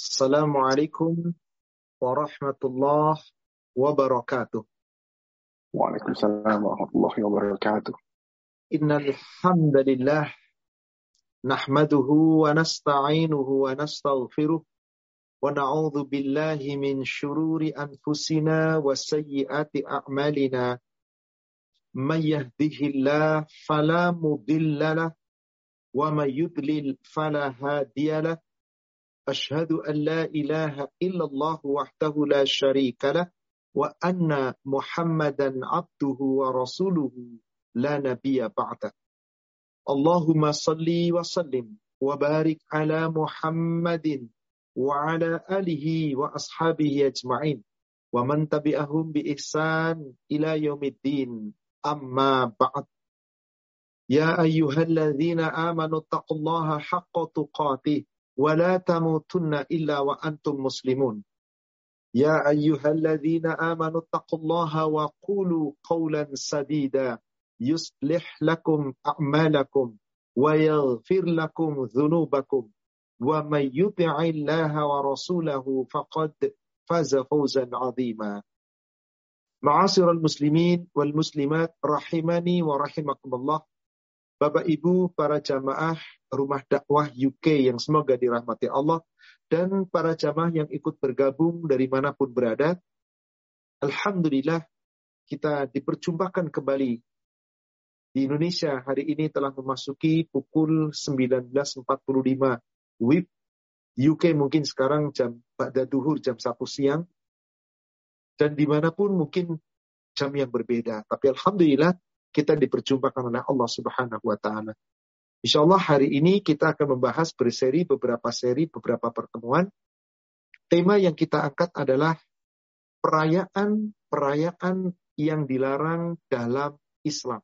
Assalamualaikum warahmatullahi wabarakatuh. Waalaikumsalam warahmatullahi wabarakatuh. Innal hamdalillah nahmaduhu wa nasta'inuhu wa nastaghfiruh wa na'udzu billahi min shururi anfusina wa sayyiati a'malina. May yahdihillahu fala mudhillalah wa may yudlil fala hadiyalah. Asyhadu an la ilaha illallah wahdahu la syarikalah wa anna Muhammadan abduhu wa rasuluhu la nabiyya ba'da. Allahumma salli wa sallim wa barik ala Muhammadin wa ala alihi wa ashabihi ajma'in wa man tabi'ahum bi ihsan ila yaumiddin. Amma ba'd. Ya ayyuhalladzina amanu taqullaha haqqa tuqatih wa la tamutunna illa wa antum muslimun. Ya ayyuhalladzina amanu taqullaha wa qulu qawlan sadida yuslih lakum a'malakum wa yaghfir lakum dhunubakum wa may yuti'illaha wa rasulahu faqad faza fawzan 'azima. Ma'asyiral muslimin wal muslimat rahimani wa rahimakumullah. Bapak Ibu para jamaah Rumah Dakwah UK yang semoga dirahmati Allah, dan para jamaah yang ikut bergabung dari manapun berada. Alhamdulillah kita diperjumpakan kembali di Indonesia. Hari ini telah memasuki pukul 19.45 WIB. UK mungkin sekarang jam ba'da duhur, jam 1 siang. Dan dimanapun mungkin jam yang berbeda. Tapi Alhamdulillah kita diperjumpakan oleh Allah Subhanahu wa Ta'ala. InsyaAllah hari ini kita akan membahas beberapa pertemuan. Tema yang kita angkat adalah perayaan yang dilarang dalam Islam.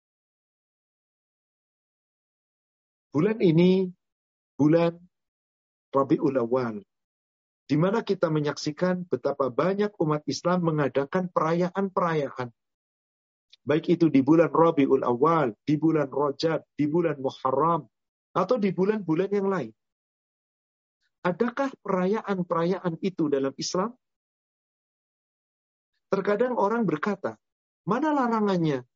Bulan ini bulan Rabiul Awal, di mana kita menyaksikan betapa banyak umat Islam mengadakan perayaan-perayaan. Baik itu di bulan Rabiul Awal, di bulan Rajab, di bulan Muharram, atau di bulan-bulan yang lain. Adakah perayaan-perayaan itu dalam Islam? Terkadang orang berkata, mana larangannya?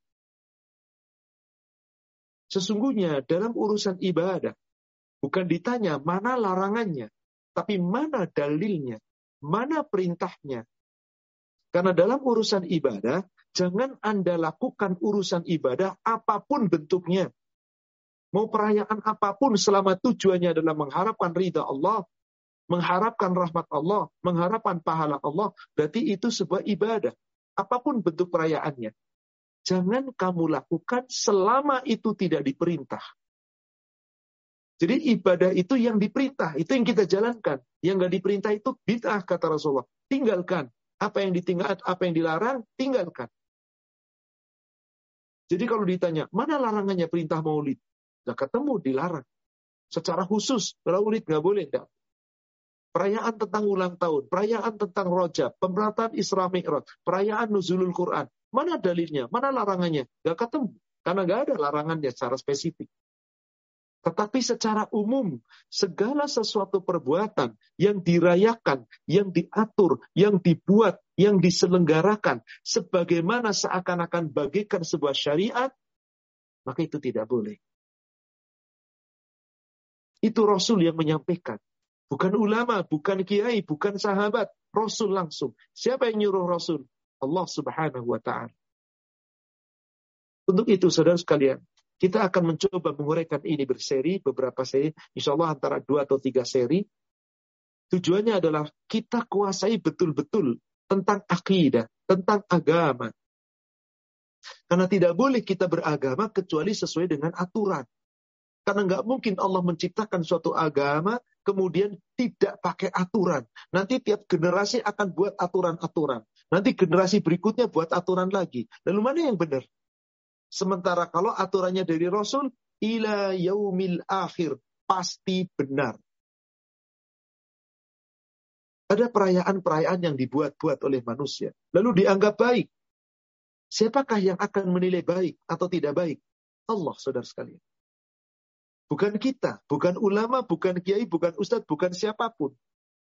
Sesungguhnya dalam urusan ibadah, bukan ditanya mana larangannya, tapi mana dalilnya, mana perintahnya. Karena dalam urusan ibadah, jangan Anda lakukan urusan ibadah apapun bentuknya. Mau perayaan apapun selama tujuannya adalah mengharapkan ridha Allah, mengharapkan rahmat Allah, mengharapkan pahala Allah, berarti itu sebuah ibadah. Apapun bentuk perayaannya. Jangan kamu lakukan selama itu tidak diperintah. Jadi ibadah itu yang diperintah, itu yang kita jalankan. Yang nggak diperintah itu bid'ah, kata Rasulullah. Tinggalkan. Apa yang ditinggalkan, apa yang dilarang, tinggalkan. Jadi kalau ditanya, mana larangannya perintah maulid? Nggak ketemu, dilarang. Secara khusus, maulid nggak boleh. Enggak. Perayaan tentang ulang tahun, perayaan tentang Rajab, pemerataan Isra Mi'raj, perayaan Nuzulul Quran. Mana dalilnya? Mana larangannya? Nggak ketemu. Karena nggak ada larangannya secara spesifik. Tetapi secara umum, segala sesuatu perbuatan yang dirayakan, yang diatur, yang dibuat, yang diselenggarakan, sebagaimana seakan-akan bagaikan sebuah syariat, maka itu tidak boleh. Itu Rasul yang menyampaikan. Bukan ulama, bukan kiai, bukan sahabat. Rasul langsung. Siapa yang nyuruh Rasul? Allah Subhanahu wa Ta'ala. Untuk itu, saudara sekalian, kita akan mencoba menguraikan ini beberapa seri, insya Allah antara 2 atau 3 seri. Tujuannya adalah kita kuasai betul-betul tentang akidah, tentang agama. Karena tidak boleh kita beragama kecuali sesuai dengan aturan. Karena nggak mungkin Allah menciptakan suatu agama, kemudian tidak pakai aturan. Nanti tiap generasi akan buat aturan-aturan. Nanti generasi berikutnya buat aturan lagi. Lalu mana yang benar? Sementara kalau aturannya dari Rasul, ila yaumil akhir, pasti benar. Ada perayaan-perayaan yang dibuat-buat oleh manusia, lalu dianggap baik. Siapakah yang akan menilai baik atau tidak baik? Allah, saudara sekalian. Bukan kita, bukan ulama, bukan kiai, bukan ustadz, bukan siapapun.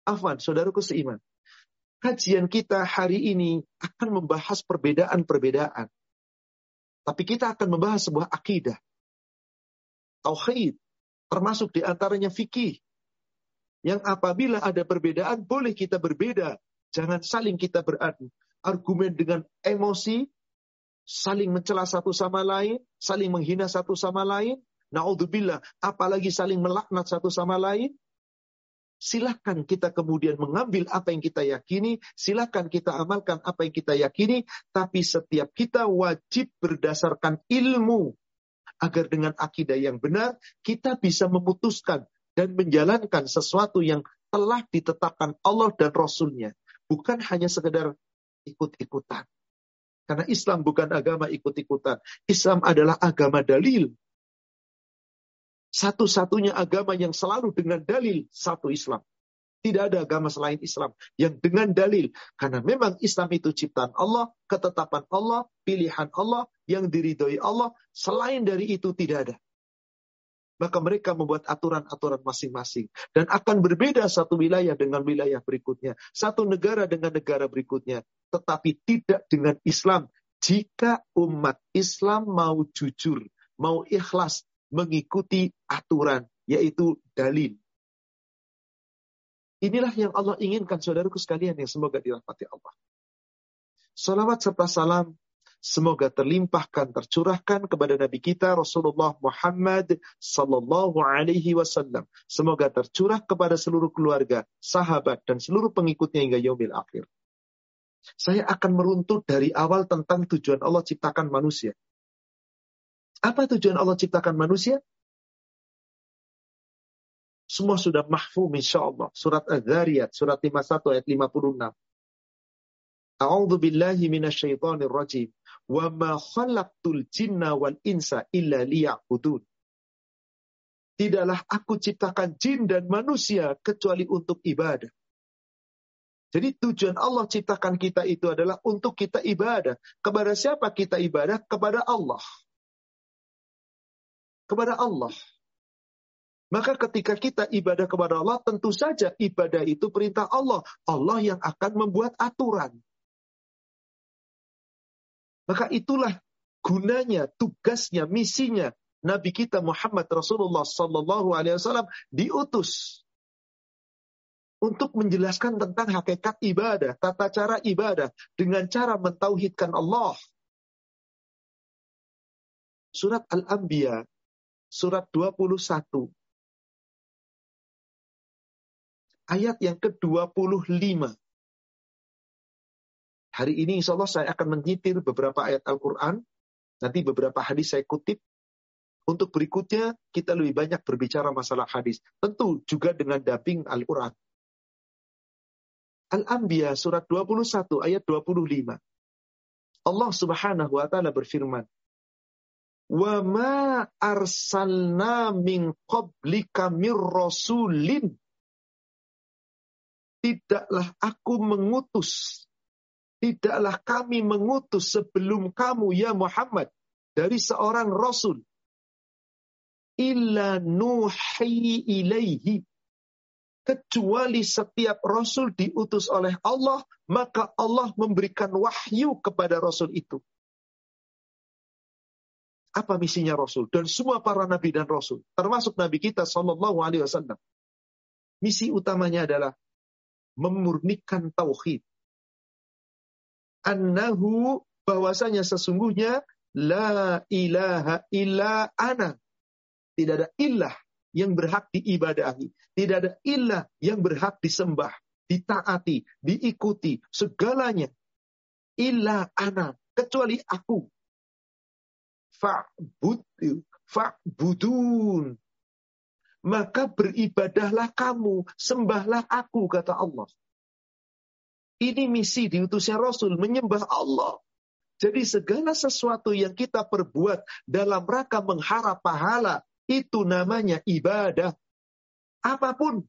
Afwan, saudaraku seiman. Kajian kita hari ini akan membahas perbedaan-perbedaan. Tapi kita akan membahas sebuah akidah. Tauhid. Termasuk diantaranya fikih. Yang apabila ada perbedaan, boleh kita berbeda. Jangan saling kita beradu. Argumen dengan emosi, saling mencela satu sama lain, saling menghina satu sama lain. Na'udzubillah, apalagi saling melaknat satu sama lain. Silahkan kita kemudian mengambil apa yang kita yakini, silahkan kita amalkan apa yang kita yakini, tapi setiap kita wajib berdasarkan ilmu, agar dengan akidah yang benar, kita bisa memutuskan dan menjalankan sesuatu yang telah ditetapkan Allah dan Rasul-Nya. Bukan hanya sekedar ikut-ikutan. Karena Islam bukan agama ikut-ikutan. Islam adalah agama dalil. Satu-satunya agama yang selalu dengan dalil, satu Islam. Tidak ada agama selain Islam yang dengan dalil. Karena memang Islam itu ciptaan Allah, ketetapan Allah, pilihan Allah, yang diridhoi Allah. Selain dari itu tidak ada. Maka mereka membuat aturan-aturan masing-masing. Dan akan berbeda satu wilayah dengan wilayah berikutnya. Satu negara dengan negara berikutnya. Tetapi tidak dengan Islam. Jika umat Islam mau jujur, mau ikhlas, mengikuti aturan, yaitu dalil. Inilah yang Allah inginkan, saudaraku sekalian yang semoga dirahmati Allah. Salawat serta salam semoga terlimpahkan, tercurahkan kepada Nabi kita Rasulullah Muhammad sallallahu alaihi wasallam. Semoga tercurah kepada seluruh keluarga, sahabat, dan seluruh pengikutnya hingga yaumil akhir. Saya akan meruntut dari awal tentang tujuan Allah ciptakan manusia. Apa tujuan Allah ciptakan manusia? Semua sudah mahfum insyaallah. Surat Az-Zariyat, surat 51 ayat 56. A'udzu billahi minasyaitonir rajim. Wa ma khalaqtul jinna wal insa illa liya'budun. Tidaklah aku ciptakan jin dan manusia kecuali untuk ibadah. Jadi tujuan Allah ciptakan kita itu adalah untuk kita ibadah. Kepada siapa kita ibadah? Kepada Allah. Kepada Allah. Maka ketika kita ibadah kepada Allah, tentu saja ibadah itu perintah Allah. Allah yang akan membuat aturan. Maka itulah gunanya, tugasnya, misinya Nabi kita Muhammad Rasulullah sallallahu alaihi wasallam diutus untuk menjelaskan tentang hakikat ibadah, tata cara ibadah dengan cara mentauhidkan Allah. Surat Al-Anbiya, surat 21. Ayat yang ke-25. Hari ini insya Allah saya akan menyitir beberapa ayat Al-Quran. Nanti beberapa hadis saya kutip. Untuk berikutnya kita lebih banyak berbicara masalah hadis. Tentu juga dengan dubbing Al-Quran. Al-Anbiya surat 21 ayat 25. Allah subhanahu wa ta'ala berfirman. Wa ma arsalna min qablika mir rasulin. Tidaklah aku mengutus, tidaklah kami mengutus sebelum kamu ya Muhammad dari seorang Rasul. Illa nuhi ilaihi. Kecuali setiap Rasul diutus oleh Allah, maka Allah memberikan wahyu kepada Rasul itu. Apa misinya Rasul? Dan semua para Nabi dan Rasul, termasuk Nabi kita sallallahu alaihi wasallam. Misi utamanya adalah memurnikan tauhid. Annahu, bahwasanya sesungguhnya la ilaha illa ana. Tidak ada ilah yang berhak diibadahi. Tidak ada ilah yang berhak disembah, ditaati, diikuti, segalanya. Illa ana, kecuali aku. Fa'budun. Maka beribadahlah kamu, sembahlah aku, kata Allah. Ini misi diutusnya Rasul, menyembah Allah. Jadi segala sesuatu yang kita perbuat dalam rangka mengharap pahala, itu namanya ibadah. Apapun.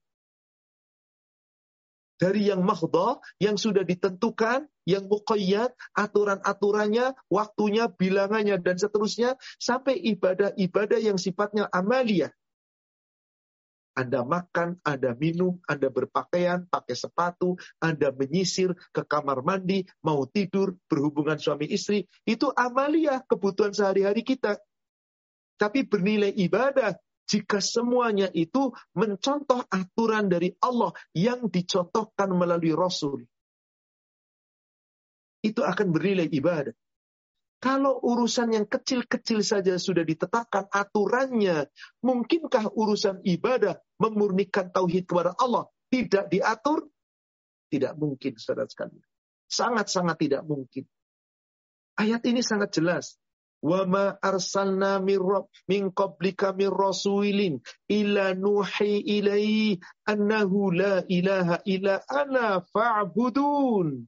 Dari yang mahdhah, yang sudah ditentukan, yang muqayyad, aturan-aturannya, waktunya, bilangannya, dan seterusnya, sampai ibadah-ibadah yang sifatnya amaliyah. Anda makan, Anda minum, Anda berpakaian, pakai sepatu, Anda menyisir ke kamar mandi, mau tidur, berhubungan suami istri. Itu amalia, kebutuhan sehari-hari kita. Tapi bernilai ibadah jika semuanya itu mencontoh aturan dari Allah yang dicontohkan melalui Rasul. Itu akan bernilai ibadah. Kalau urusan yang kecil-kecil saja sudah ditetapkan aturannya, mungkinkah urusan ibadah memurnikan tauhid kepada Allah tidak diatur? Tidak mungkin, saudara sekalian. Sangat-sangat tidak mungkin. Ayat ini sangat jelas. وَمَا أَرْسَلْنَا مِنْ قَبْلِكَ مِنْ رَسُولٍ إِلَّا نُوحِي إِلَيْهِ أَنَّهُ لَا إِلَهَ إِلَّا أَنَا فَاعْبُدُونِ.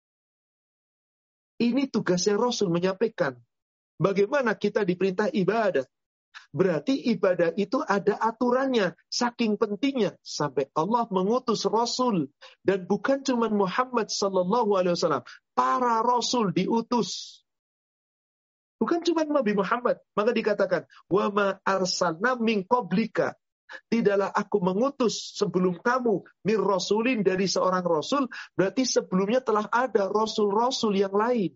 Ini tugasnya Rasul menyampaikan. Bagaimana kita diperintah ibadah. Berarti ibadah itu ada aturannya. Saking pentingnya. Sampai Allah mengutus Rasul. Dan bukan cuma Muhammad SAW. Para Rasul diutus. Bukan cuma Nabi Muhammad. Maka dikatakan. وَمَا أَرْسَلْنَا مِنْ قَبْلِكَ. Tidaklah aku mengutus sebelum kamu mir rasulin dari seorang rasul, berarti sebelumnya telah ada rasul-rasul yang lain.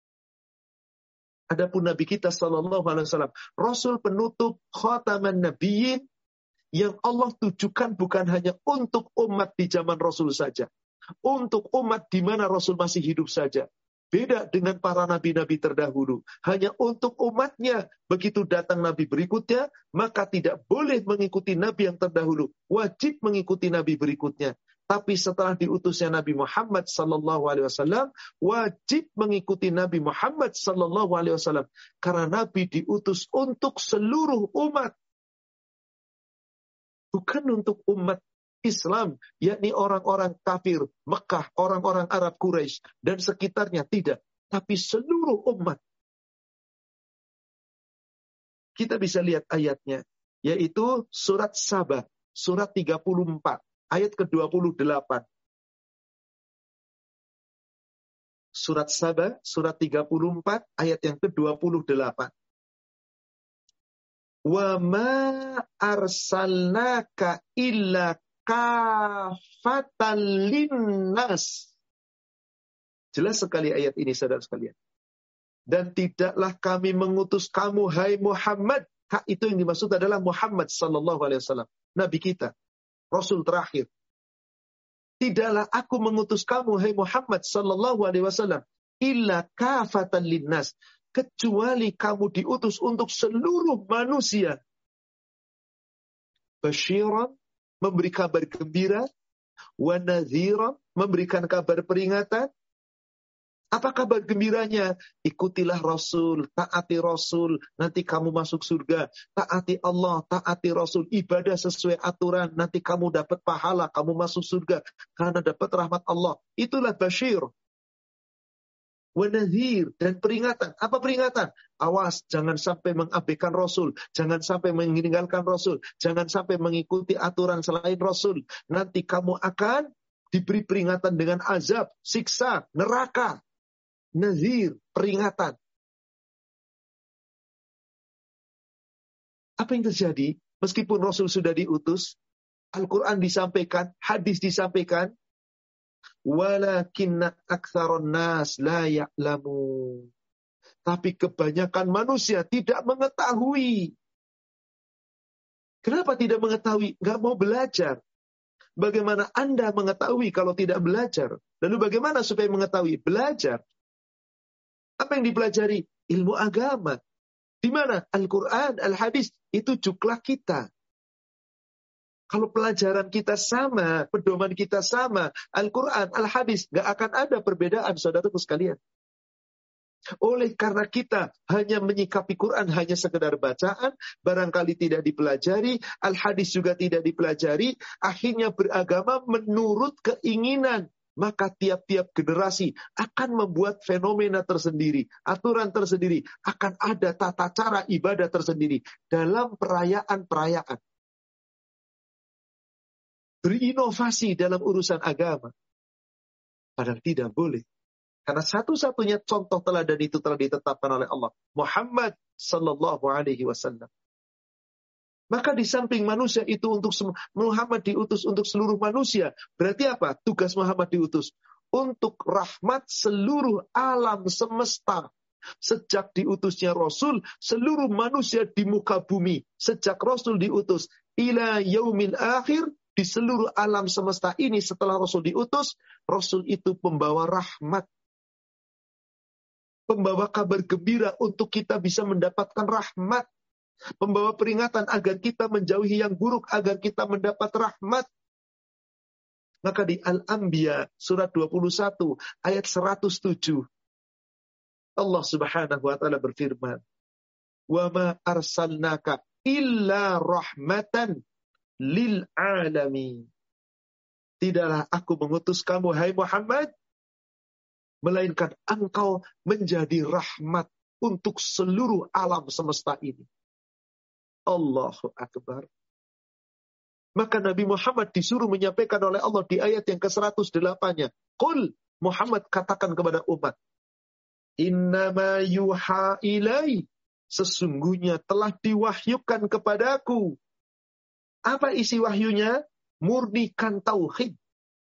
Adapun Nabi kita sallallahu alaihi wasallam, rasul penutup khataman nabiyyin yang Allah tujukan bukan hanya untuk umat di zaman Rasul saja, untuk umat di mana Rasul masih hidup saja. Beda dengan para nabi-nabi terdahulu. Hanya untuk umatnya. Begitu datang nabi berikutnya, maka tidak boleh mengikuti nabi yang terdahulu. Wajib mengikuti nabi berikutnya. Tapi setelah diutusnya Nabi Muhammad SAW, wajib mengikuti Nabi Muhammad SAW. Karena Nabi diutus untuk seluruh umat. Bukan untuk umat Islam, yakni orang-orang kafir Mekah, orang-orang Arab Quraisy dan sekitarnya, tidak. Tapi seluruh umat. Kita bisa lihat ayatnya, yaitu surat Saba, surat 34, ayat ke-28. Surat Saba, surat 34, ayat yang ke-28. Wa ma arsalnaka illa kafatan linnas. Jelas sekali ayat ini, saudara sekalian. Dan tidaklah kami mengutus kamu, hai Muhammad. Itu yang dimaksud adalah Muhammad sallallahu alaihi wasallam, nabi kita, rasul terakhir. Tidaklah aku mengutus kamu, hai Muhammad sallallahu alaihi wasallam, illa kafatan linnas, kecuali kamu diutus untuk seluruh manusia. Basyiran, memberi kabar gembira, wa nadhiran, memberikan kabar peringatan. Apa kabar gembiranya? Ikutilah Rasul, taati Rasul, nanti kamu masuk surga. Taati Allah, taati Rasul, ibadah sesuai aturan, nanti kamu dapat pahala, kamu masuk surga karena dapat rahmat Allah. Itulah basyir. Wa nadhir, dan peringatan. Apa peringatan? Awas, jangan sampai mengabaikan Rasul, jangan sampai meninggalkan Rasul, jangan sampai mengikuti aturan selain Rasul. Nanti kamu akan diberi peringatan dengan azab, siksa, neraka. Nadhir, peringatan. Apa yang terjadi? Meskipun Rasul sudah diutus, Al-Quran disampaikan, hadis disampaikan, walakinna aktsaron nas la ya'lamun. Tapi kebanyakan manusia tidak mengetahui. Kenapa tidak mengetahui? Nggak mau belajar. Bagaimana Anda mengetahui kalau tidak belajar? Lalu bagaimana supaya mengetahui? Belajar. Apa yang dipelajari? Ilmu agama. Di mana? Al-Quran, Al-Hadis. Itu juklah kita. Kalau pelajaran kita sama, pedoman kita sama, Al-Quran, Al-Hadis, nggak akan ada perbedaan, saudaraku sekalian. Oleh karena kita hanya menyikapi Quran hanya sekedar bacaan, barangkali tidak dipelajari, Al-Hadis juga tidak dipelajari, akhirnya beragama menurut keinginan. Maka tiap-tiap generasi akan membuat fenomena tersendiri, aturan tersendiri, akan ada tata cara ibadah tersendiri dalam perayaan-perayaan. Berinovasi dalam urusan agama. Padahal tidak boleh. Karena satu-satunya contoh teladan itu telah ditetapkan oleh Allah. Muhammad sallallahu alaihi wasallam. Maka di samping manusia itu untuk Muhammad diutus untuk seluruh manusia. Berarti apa? Tugas Muhammad diutus untuk rahmat seluruh alam semesta. Sejak diutusnya Rasul, seluruh manusia di muka bumi. Sejak Rasul diutus, ila yaumil akhir, di seluruh alam semesta ini setelah Rasul diutus, Rasul itu pembawa rahmat. Pembawa kabar gembira untuk kita bisa mendapatkan rahmat. Pembawa peringatan agar kita menjauhi yang buruk, agar kita mendapat rahmat. Maka di Al-Anbiya surat 21 ayat 107 Allah Subhanahu wa taala berfirman, "Wa ma arsalnaka illa rahmatan lil alamin." Tidaklah aku mengutus kamu hai Muhammad melainkan engkau menjadi rahmat untuk seluruh alam semesta ini. Allahu Akbar. Maka Nabi Muhammad disuruh menyampaikan oleh Allah di ayat yang ke-108-nya. Qul, Muhammad katakan kepada umat, innama yuha ilai, sesungguhnya telah diwahyukan kepadaku. Apa isi wahyunya? Murnikan tauhid.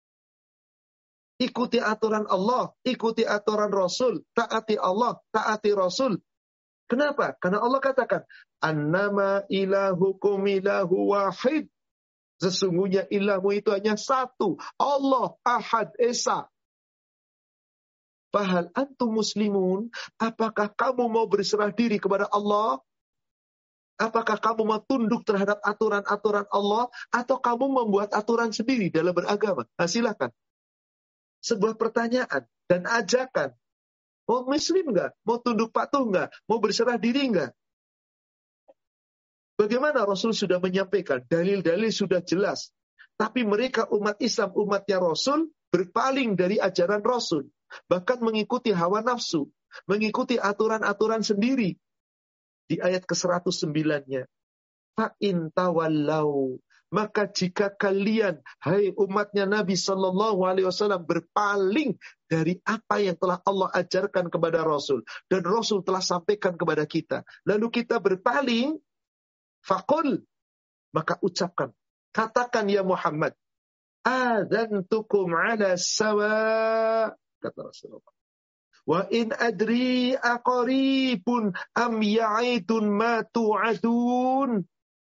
Ikuti aturan Allah, ikuti aturan Rasul, taati Allah, taati Rasul. Kenapa? Karena Allah katakan, annama ilahukum ilahu wahid. Sesungguhnya ilahmu itu hanya satu. Allah, Ahad, Esa. Fahal antum muslimun, apakah kamu mau berserah diri kepada Allah? Apakah kamu mau tunduk terhadap aturan-aturan Allah? Atau kamu membuat aturan sendiri dalam beragama? Nah, silakan. Sebuah pertanyaan dan ajakan. Mau muslim nggak? Mau tunduk patuh nggak? Mau berserah diri nggak? Bagaimana Rasul sudah menyampaikan? Dalil-dalil sudah jelas. Tapi mereka umat Islam, umatnya Rasul, berpaling dari ajaran Rasul. Bahkan mengikuti hawa nafsu, mengikuti aturan-aturan sendiri. Di ayat ke-109-nya, fa'in tawallau, maka jika kalian, hai umatnya Nabi SAW, berpaling dari apa yang telah Allah ajarkan kepada Rasul, dan Rasul telah sampaikan kepada kita, lalu kita berpaling, faqul, maka ucapkan, katakan ya Muhammad, adzantukum ala sawa, kata Rasulullah. Wa in adri aqaribun am ya'idun ma tu'adun.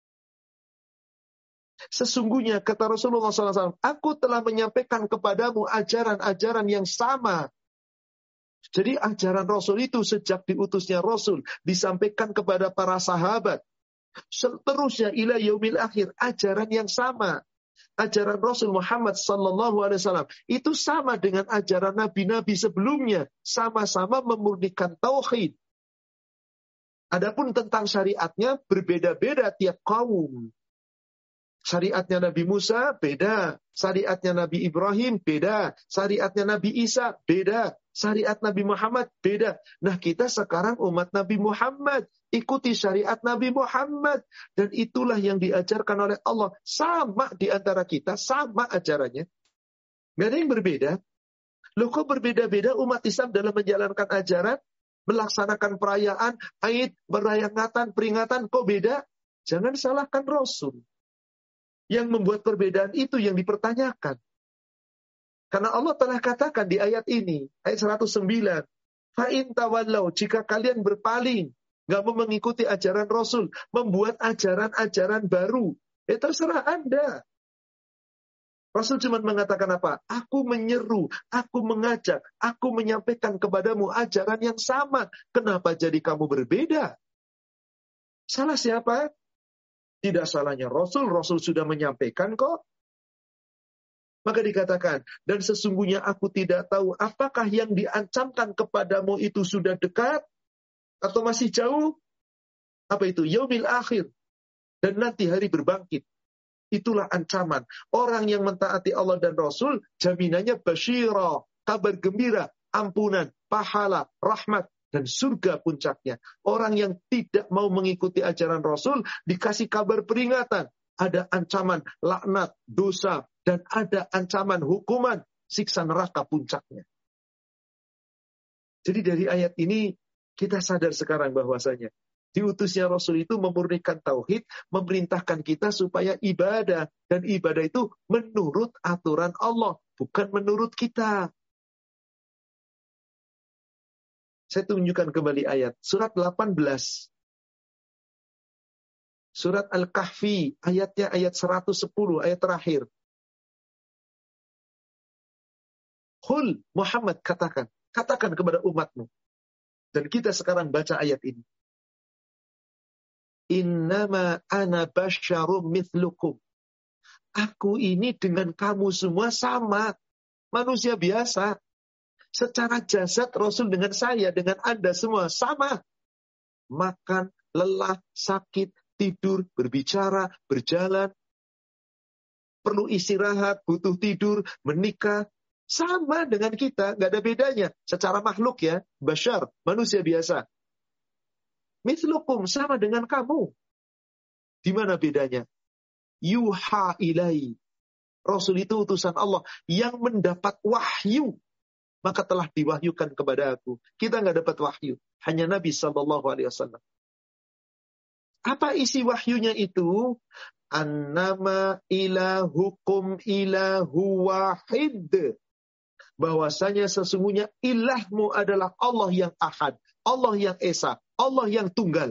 Sesungguhnya kata Rasulullah SAW, aku telah menyampaikan kepadamu ajaran-ajaran yang sama. Jadi ajaran Rasul itu sejak diutusnya Rasul disampaikan kepada para sahabat. Seterusnya ila yaumil akhir, ajaran yang sama. Ajaran Rasul Muhammad SAW itu sama dengan ajaran nabi-nabi sebelumnya, sama-sama memurnikan tauhid. Adapun tentang syariatnya berbeda-beda tiap kaum. Syariatnya Nabi Musa beda, syariatnya Nabi Ibrahim beda, syariatnya Nabi Isa beda, syariat Nabi Muhammad beda. Nah, kita sekarang umat Nabi Muhammad, ikuti syariat Nabi Muhammad. Dan itulah yang diajarkan oleh Allah. Sama di antara kita, sama ajarannya. Nggak ada yang berbeda. Loh, kok berbeda-beda umat Islam dalam menjalankan ajaran, melaksanakan perayaan, Aid, peringatan, kok beda? Jangan salahkan Rasul. Yang membuat perbedaan itu yang dipertanyakan. Karena Allah telah katakan di ayat ini, ayat 109, fa'in tawallau, jika kalian berpaling, nggak mau mengikuti ajaran Rasul, membuat ajaran-ajaran baru, terserah Anda. Rasul cuma mengatakan apa? Aku menyeru, aku mengajak, aku menyampaikan kepadamu ajaran yang sama. Kenapa jadi kamu berbeda? Salah siapa? Tidak salahnya Rasul, Rasul sudah menyampaikan kok. Maka dikatakan, dan sesungguhnya aku tidak tahu apakah yang diancamkan kepadamu itu sudah dekat atau masih jauh. Apa itu? Yaumil akhir. Dan nanti hari berbangkit. Itulah ancaman. Orang yang mentaati Allah dan Rasul, jaminannya basyira, kabar gembira, ampunan, pahala, rahmat, dan surga puncaknya. Orang yang tidak mau mengikuti ajaran Rasul, dikasih kabar peringatan. Ada ancaman laknat, dosa, dan ada ancaman hukuman, siksa neraka puncaknya. Jadi dari ayat ini, kita sadar sekarang bahwasanya, Diutusnya Rasul itu memurnikan tauhid, memerintahkan kita supaya ibadah. Dan ibadah itu menurut aturan Allah, bukan menurut kita. Saya tunjukkan kembali ayat. Surat 18. Surat Al-Kahfi. Ayatnya ayat 110. Ayat terakhir. Qul Muhammad katakan. Katakan kepada umatmu. Dan kita sekarang baca ayat ini. Innama ana basyarum mithlukum. Aku ini dengan kamu semua sama. Manusia biasa. Secara jasad Rasul dengan saya, dengan Anda semua sama. Makan, lelah, sakit, tidur, berbicara, berjalan. Perlu istirahat, butuh tidur, menikah. Sama dengan kita, nggak ada bedanya. Secara makhluk ya, basyar, manusia biasa. Mithlukum, sama dengan kamu. Di mana bedanya? Yuha ilai. Rasul itu utusan Allah yang mendapat wahyu. Maka telah diwahyukan kepada aku. Kita nggak dapat wahyu. Hanya Nabi SAW. Apa isi wahyunya itu? Annama ilahukum ilahu wahid. Bahwasanya sesungguhnya ilahmu adalah Allah yang ahad. Allah yang esa. Allah yang tunggal.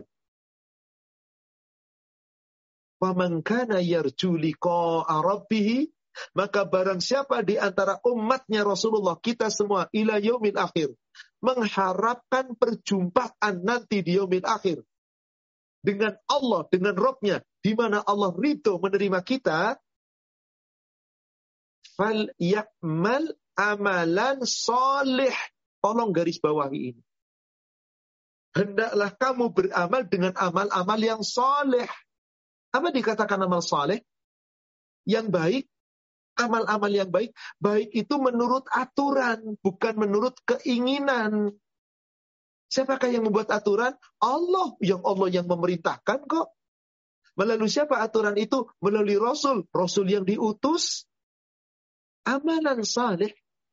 Faman kana yarju liqa'a rabbih, maka barang siapa di antara umatnya Rasulullah, kita semua, ila yaumil akhir, mengharapkan perjumpaan nanti di yaumil akhir, dengan Allah, dengan Rabb-nya, di mana Allah ridho menerima kita, fal yakmal amalan soleh. Tolong garis bawahi ini. Hendaklah kamu beramal dengan amal-amal yang soleh. Apa dikatakan amal soleh? Yang baik. Amal-amal yang baik, baik itu menurut aturan, bukan menurut keinginan. Siapakah yang membuat aturan? Allah yang memerintahkan kok. Melalui siapa aturan itu? Melalui Rasul. Rasul yang diutus. Amalan saleh.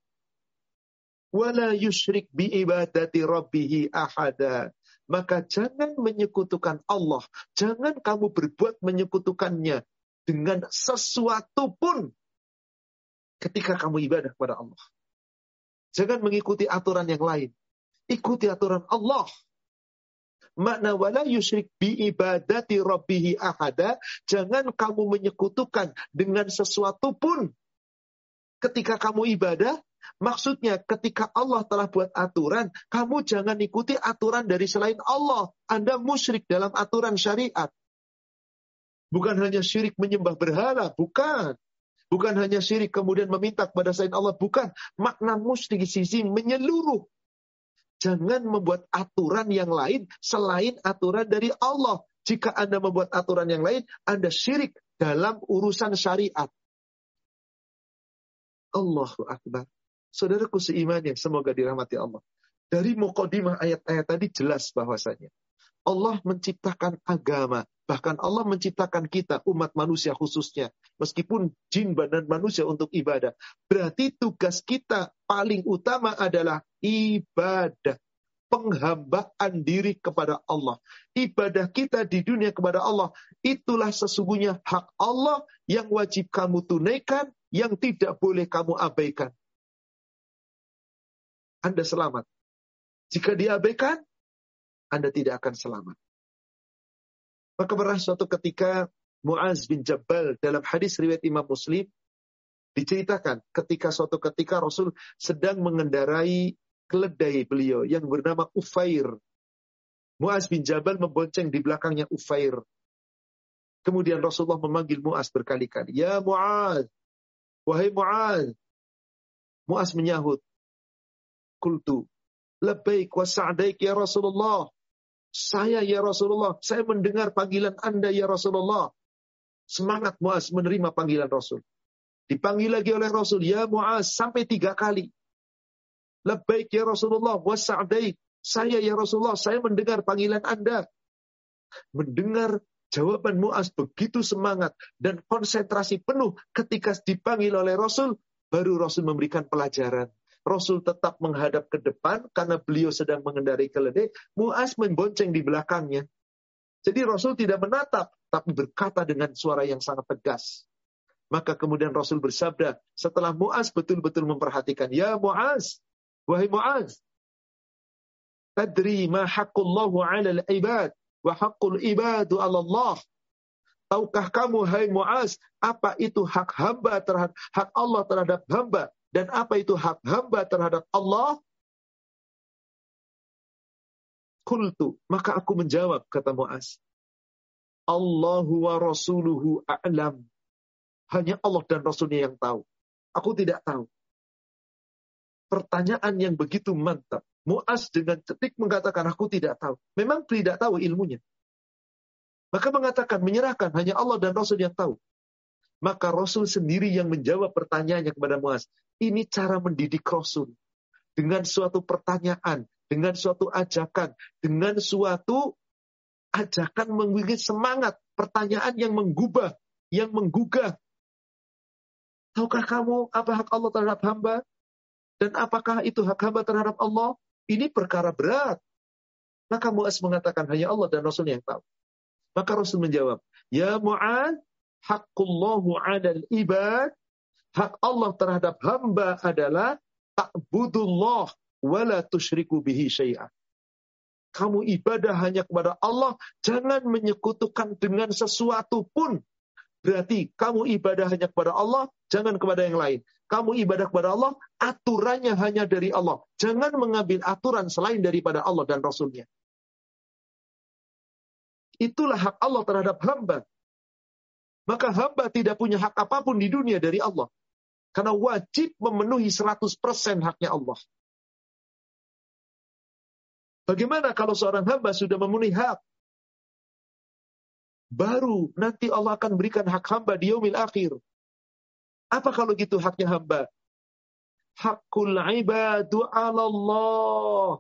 Wala yusyrik bi ibadati rabbihi ahada. Maka jangan menyekutukan Allah. Jangan kamu berbuat menyekutukannya dengan sesuatu pun. Ketika kamu ibadah kepada Allah. Jangan mengikuti aturan yang lain. Ikuti aturan Allah. Makna wala yusyrik bi ibadati rabbihi ahada. Jangan kamu menyekutukan dengan sesuatu pun. Ketika kamu ibadah, maksudnya ketika Allah telah buat aturan, kamu jangan ikuti aturan dari selain Allah. Anda musyrik dalam aturan syariat. Bukan hanya syirik menyembah berhala, bukan. Bukan hanya syirik kemudian meminta kepada selain Allah. Bukan. Makna musyrik di sisi menyeluruh. Jangan membuat aturan yang lain selain aturan dari Allah. Jika Anda membuat aturan yang lain, Anda syirik dalam urusan syariat. Allahu Akbar. Saudaraku seiman yang semoga dirahmati Allah. Dari muqaddimah ayat-ayat tadi jelas bahwasanya Allah menciptakan agama. Bahkan Allah menciptakan kita, umat manusia khususnya. Meskipun jin dan manusia untuk ibadah. Berarti tugas kita paling utama adalah ibadah. Penghambaan diri kepada Allah. Ibadah kita di dunia kepada Allah. Itulah sesungguhnya hak Allah yang wajib kamu tunaikan, yang tidak boleh kamu abaikan. Anda selamat. Jika diabaikan, Anda tidak akan selamat. Maka pernah suatu ketika Muaz bin Jabal dalam hadis riwayat Imam Muslim diceritakan ketika suatu ketika Rasul sedang mengendarai keledai beliau yang bernama Ufair. Muaz bin Jabal membonceng di belakangnya Ufair. Kemudian Rasulullah memanggil Muaz berkali-kali. Ya Muaz, wahai Muaz. Muaz menyahut. Qultu, labbaik wa sa'daik ya Rasulullah. Saya ya Rasulullah, saya mendengar panggilan Anda ya Rasulullah. Semangat Muaz menerima panggilan Rasul. Dipanggil lagi oleh Rasul, ya Muaz, sampai 3 kali. Labbaik ya Rasulullah, wa sa'daik. Saya ya Rasulullah, saya mendengar panggilan Anda. Mendengar jawaban Muaz begitu semangat dan konsentrasi penuh ketika dipanggil oleh Rasul, baru Rasul memberikan pelajaran. Rasul tetap menghadap ke depan karena beliau sedang mengendarai keledai. Muaz membonceng di belakangnya. Jadi Rasul tidak menatap, tapi berkata dengan suara yang sangat tegas. Maka kemudian Rasul bersabda, setelah Mu'az betul-betul memperhatikan, ya Mu'az, wahai Mu'az, tadri ma haqqullahu 'alal ibad wa haqqul ibadu 'ala Allah. Tahukah kamu, hai Mu'az, apa itu hak hamba terhadap hak Allah terhadap hamba, dan apa itu hak hamba terhadap Allah? Qultu, maka aku menjawab, kata Mu'az, Allahu wa rasuluhu a'lam. Hanya Allah dan Rasulnya yang tahu. Aku tidak tahu. Pertanyaan yang begitu mantap. Mu'az dengan cetik mengatakan, aku tidak tahu. Memang tidak tahu ilmunya. Maka mengatakan, menyerahkan, hanya Allah dan Rasul yang tahu. Maka Rasul sendiri yang menjawab pertanyaannya kepada Mu'az. Ini cara mendidik Rasul. Dengan suatu pertanyaan, dengan suatu ajakan, dengan suatu ajakan membuat semangat, pertanyaan yang menggugah, yang menggugah. Tahukah kamu apa hak Allah terhadap hamba? Dan apakah itu hak hamba terhadap Allah? Ini perkara berat. Maka Mu'az mengatakan, hanya Allah dan Rasul yang tahu. Maka Rasul menjawab, ya Mu'az, haqqullahu 'alal ibad, hak Allah terhadap hamba adalah ta'budullah wa la tusyriku bihi syai'an. Kamu ibadah hanya kepada Allah, jangan menyekutukan dengan sesuatu pun. Berarti kamu ibadah hanya kepada Allah, jangan kepada yang lain. Kamu ibadah kepada Allah, aturannya hanya dari Allah. Jangan mengambil aturan selain daripada Allah dan Rasulnya. Itulah hak Allah terhadap hamba. Maka hamba tidak punya hak apapun di dunia dari Allah. Karena wajib memenuhi 100% haknya Allah. Bagaimana kalau seorang hamba sudah memenuhi hak? Baru nanti Allah akan berikan hak hamba di yaumil akhir. Apa kalau gitu haknya hamba? Haqqul ibadu 'ala Allah.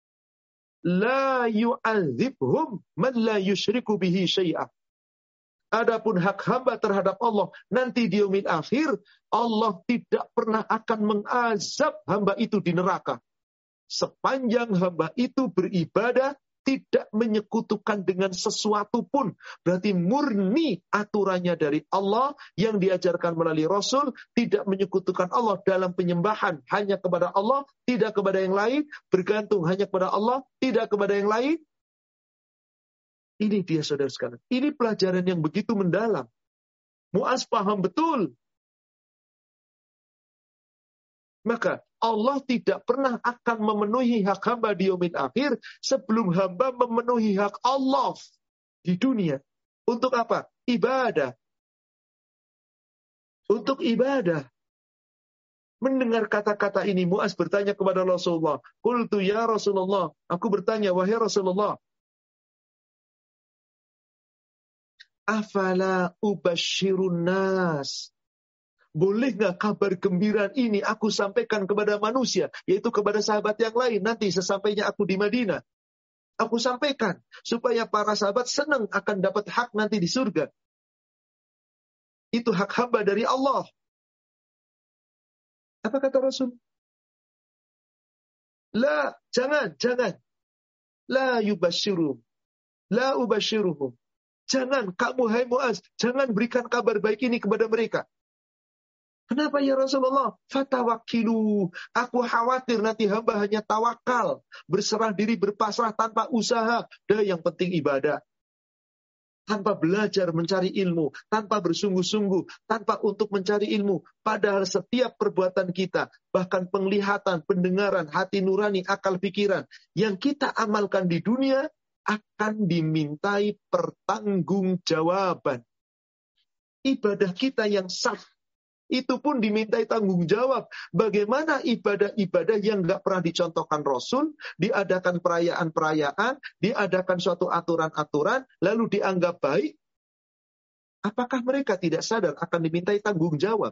La yu'adzibhum man la yusyriku bihi syai'ah. Adapun hak hamba terhadap Allah, nanti di yaumil akhir, Allah tidak pernah akan mengazab hamba itu di neraka. Sepanjang hamba itu beribadah, tidak menyekutukan dengan sesuatu pun. Berarti murni aturannya dari Allah yang diajarkan melalui Rasul, tidak menyekutukan Allah dalam penyembahan hanya kepada Allah, tidak kepada yang lain, bergantung hanya kepada Allah, tidak kepada yang lain. Ini dia saudara sekalian. Ini pelajaran yang begitu mendalam. Mu'az paham betul. Maka Allah tidak pernah akan memenuhi hak hamba di yaumil akhir sebelum hamba memenuhi hak Allah di dunia. Untuk apa? Ibadah. Untuk ibadah. Mendengar kata-kata ini, Mu'az bertanya kepada Rasulullah. Qultu ya Rasulullah. Aku bertanya, wahai Rasulullah. Afala ubashirun nas. Boleh nggak kabar gembira ini aku sampaikan kepada manusia, yaitu kepada sahabat yang lain nanti sesampainya aku di Madinah. Aku sampaikan supaya para sahabat senang akan dapat hak nanti di surga. Itu hak hamba dari Allah. Apa kata Rasul? La, jangan. La yubashirum. La ubashiruhum. Jangan, kamu hai Mu'az, jangan berikan kabar baik ini kepada mereka. Kenapa ya Rasulullah? Fatawakkilu. Aku khawatir nanti hamba hanya tawakal. Berserah diri, berpasrah tanpa usaha. Dan yang penting ibadah. Tanpa belajar mencari ilmu. Tanpa bersungguh-sungguh. Tanpa untuk mencari ilmu. Padahal setiap perbuatan kita. Bahkan penglihatan, pendengaran, hati nurani, akal pikiran. Yang kita amalkan di dunia. Akan dimintai pertanggungjawaban. Ibadah kita yang sah. Itu pun dimintai tanggung jawab. Bagaimana ibadah-ibadah yang nggak pernah dicontohkan Rasul, diadakan perayaan-perayaan, diadakan suatu aturan-aturan, lalu dianggap baik. Apakah mereka tidak sadar akan dimintai tanggung jawab?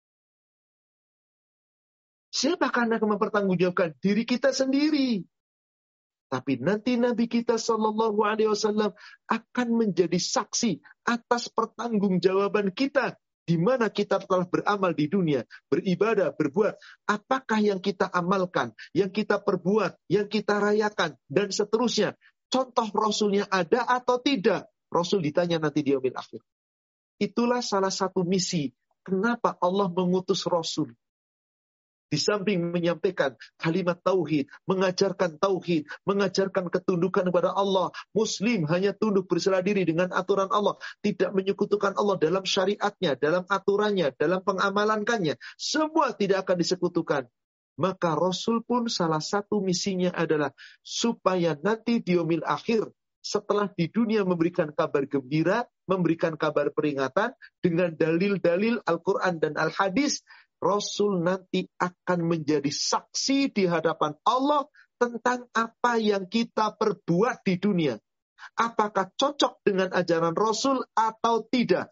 Siapakah yang akan mempertanggungjawabkan? Diri kita sendiri. Tapi nanti Nabi kita Shallallahu Alaihi Wasallam akan menjadi saksi atas pertanggungjawaban kita. Di mana kita telah beramal di dunia, beribadah, berbuat, apakah yang kita amalkan, yang kita perbuat, yang kita rayakan, dan seterusnya. contoh Rasulnya ada atau tidak? Rasul ditanya nanti di yaumil akhir. Itulah salah satu misi. Kenapa Allah mengutus Rasul? Di samping menyampaikan kalimat tauhid, mengajarkan tauhid, mengajarkan ketundukan kepada Allah, Muslim hanya tunduk berserah diri dengan aturan Allah, tidak menyekutukan Allah dalam syariatnya, dalam aturannya, dalam pengamalankannya, semua tidak akan disekutukan. Maka Rasul pun salah satu misinya adalah supaya nanti di yaumil akhir, setelah di dunia memberikan kabar gembira, memberikan kabar peringatan dengan dalil-dalil Al-Quran dan Al-Hadis, Rasul nanti akan menjadi saksi di hadapan Allah tentang apa yang kita perbuat di dunia. Apakah cocok dengan ajaran Rasul atau tidak?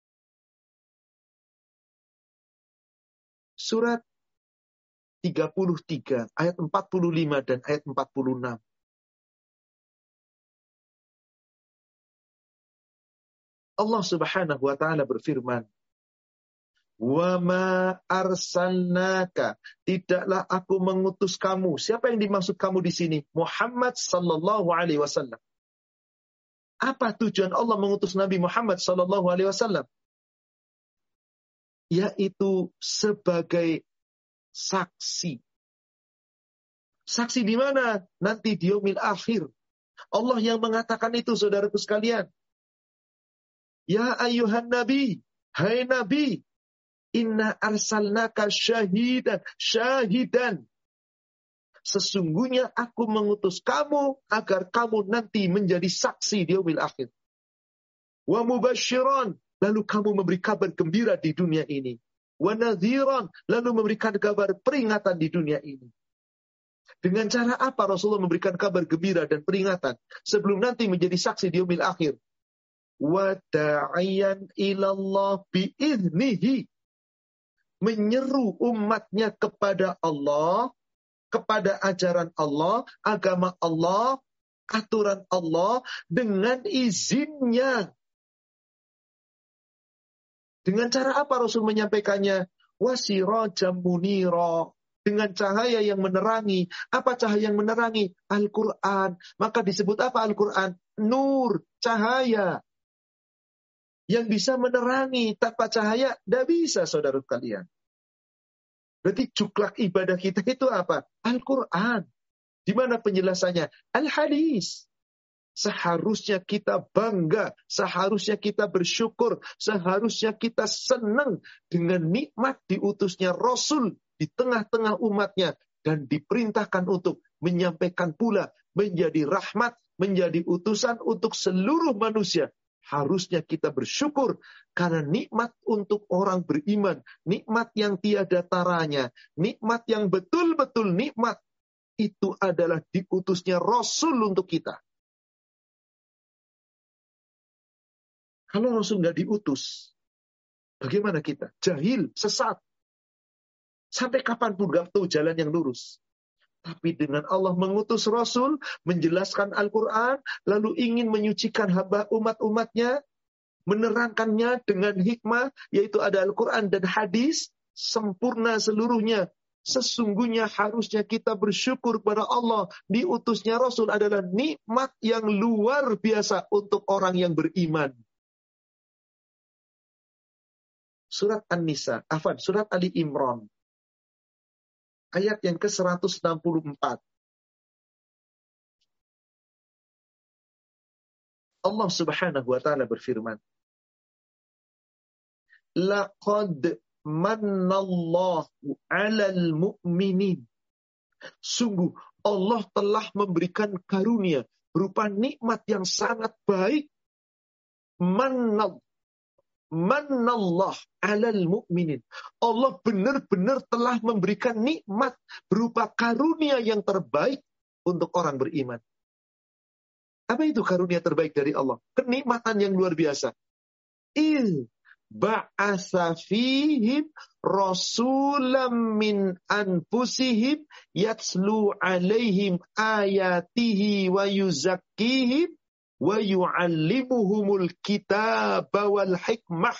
Surat 33 ayat 45 dan ayat 46. Allah Subhanahu wa taala berfirman, "Wa ma arsalnaka," tidaklah aku mengutus kamu. Siapa yang dimaksud kamu di sini? Muhammad sallallahu alaihi wasallam. Apa tujuan Allah mengutus Nabi Muhammad sallallahu alaihi wasallam? Yaitu sebagai saksi. Saksi di mana? Nanti di yaumil akhir. Allah yang mengatakan itu, saudaraku sekalian. Ya ayyuhan nabi, hai nabi, inna arsalnaka syahidan. Sesungguhnya aku mengutus kamu agar kamu nanti menjadi saksi di yaumil akhir. Wa mubasyiran, lalu kamu memberi kabar gembira di dunia ini. Wa nadhiran, lalu memberikan kabar peringatan di dunia ini. Dengan cara apa Rasulullah memberikan kabar gembira dan peringatan sebelum nanti menjadi saksi di yaumil akhir? Wa da'iyan ilallah bi'idnihi, menyeru umatnya kepada Allah, kepada ajaran Allah, agama Allah, aturan Allah dengan izinnya. Dengan cara apa Rasul menyampaikannya? Wasirajam munira, dengan cahaya yang menerangi. Apa cahaya yang menerangi? Al-Quran. Maka disebut apa Al-Quran? Nur, cahaya. Yang bisa menerangi, tanpa cahaya tidak bisa, saudara kalian. Berarti juklak ibadah kita itu apa? Al-Quran. Di mana penjelasannya? Al-Hadis. Seharusnya kita bangga, seharusnya kita bersyukur, seharusnya kita senang dengan nikmat diutusnya Rasul di tengah-tengah umatnya dan diperintahkan untuk menyampaikan pula menjadi rahmat, menjadi utusan untuk seluruh manusia. Harusnya kita bersyukur karena nikmat untuk orang beriman, nikmat yang tiada taranya, nikmat yang betul-betul nikmat, itu adalah diutusnya Rasul untuk kita. Kalau Rasul nggak diutus, bagaimana kita? Jahil, sesat. Sampai kapanpun nggak tahu jalan yang lurus. Tapi dengan Allah mengutus Rasul, menjelaskan Al-Quran, lalu ingin menyucikan hamba umat-umatnya, menerangkannya dengan hikmah, yaitu ada Al-Quran dan hadis, sempurna seluruhnya. Sesungguhnya harusnya kita bersyukur kepada Allah. Diutusnya Rasul adalah nikmat yang luar biasa untuk orang yang beriman. Surat An-Nisa, Surat Ali Imran. Ayat yang ke-164. Allah Subhanahu wa taala berfirman, Laqad mannallahu 'alal mu'minin. Sungguh Allah telah memberikan karunia berupa nikmat yang sangat baik. Mannallah 'alal mu'minin. Allah benar-benar telah memberikan nikmat berupa karunia yang terbaik untuk orang beriman. Apa itu karunia terbaik dari Allah? Kenikmatan yang luar biasa. Ba'atsa fihim rasulam min anfusihim yatslu 'alaihim ayatihi wa yuzakkihim wa yu'allimuhumul kitaba wal hikmah.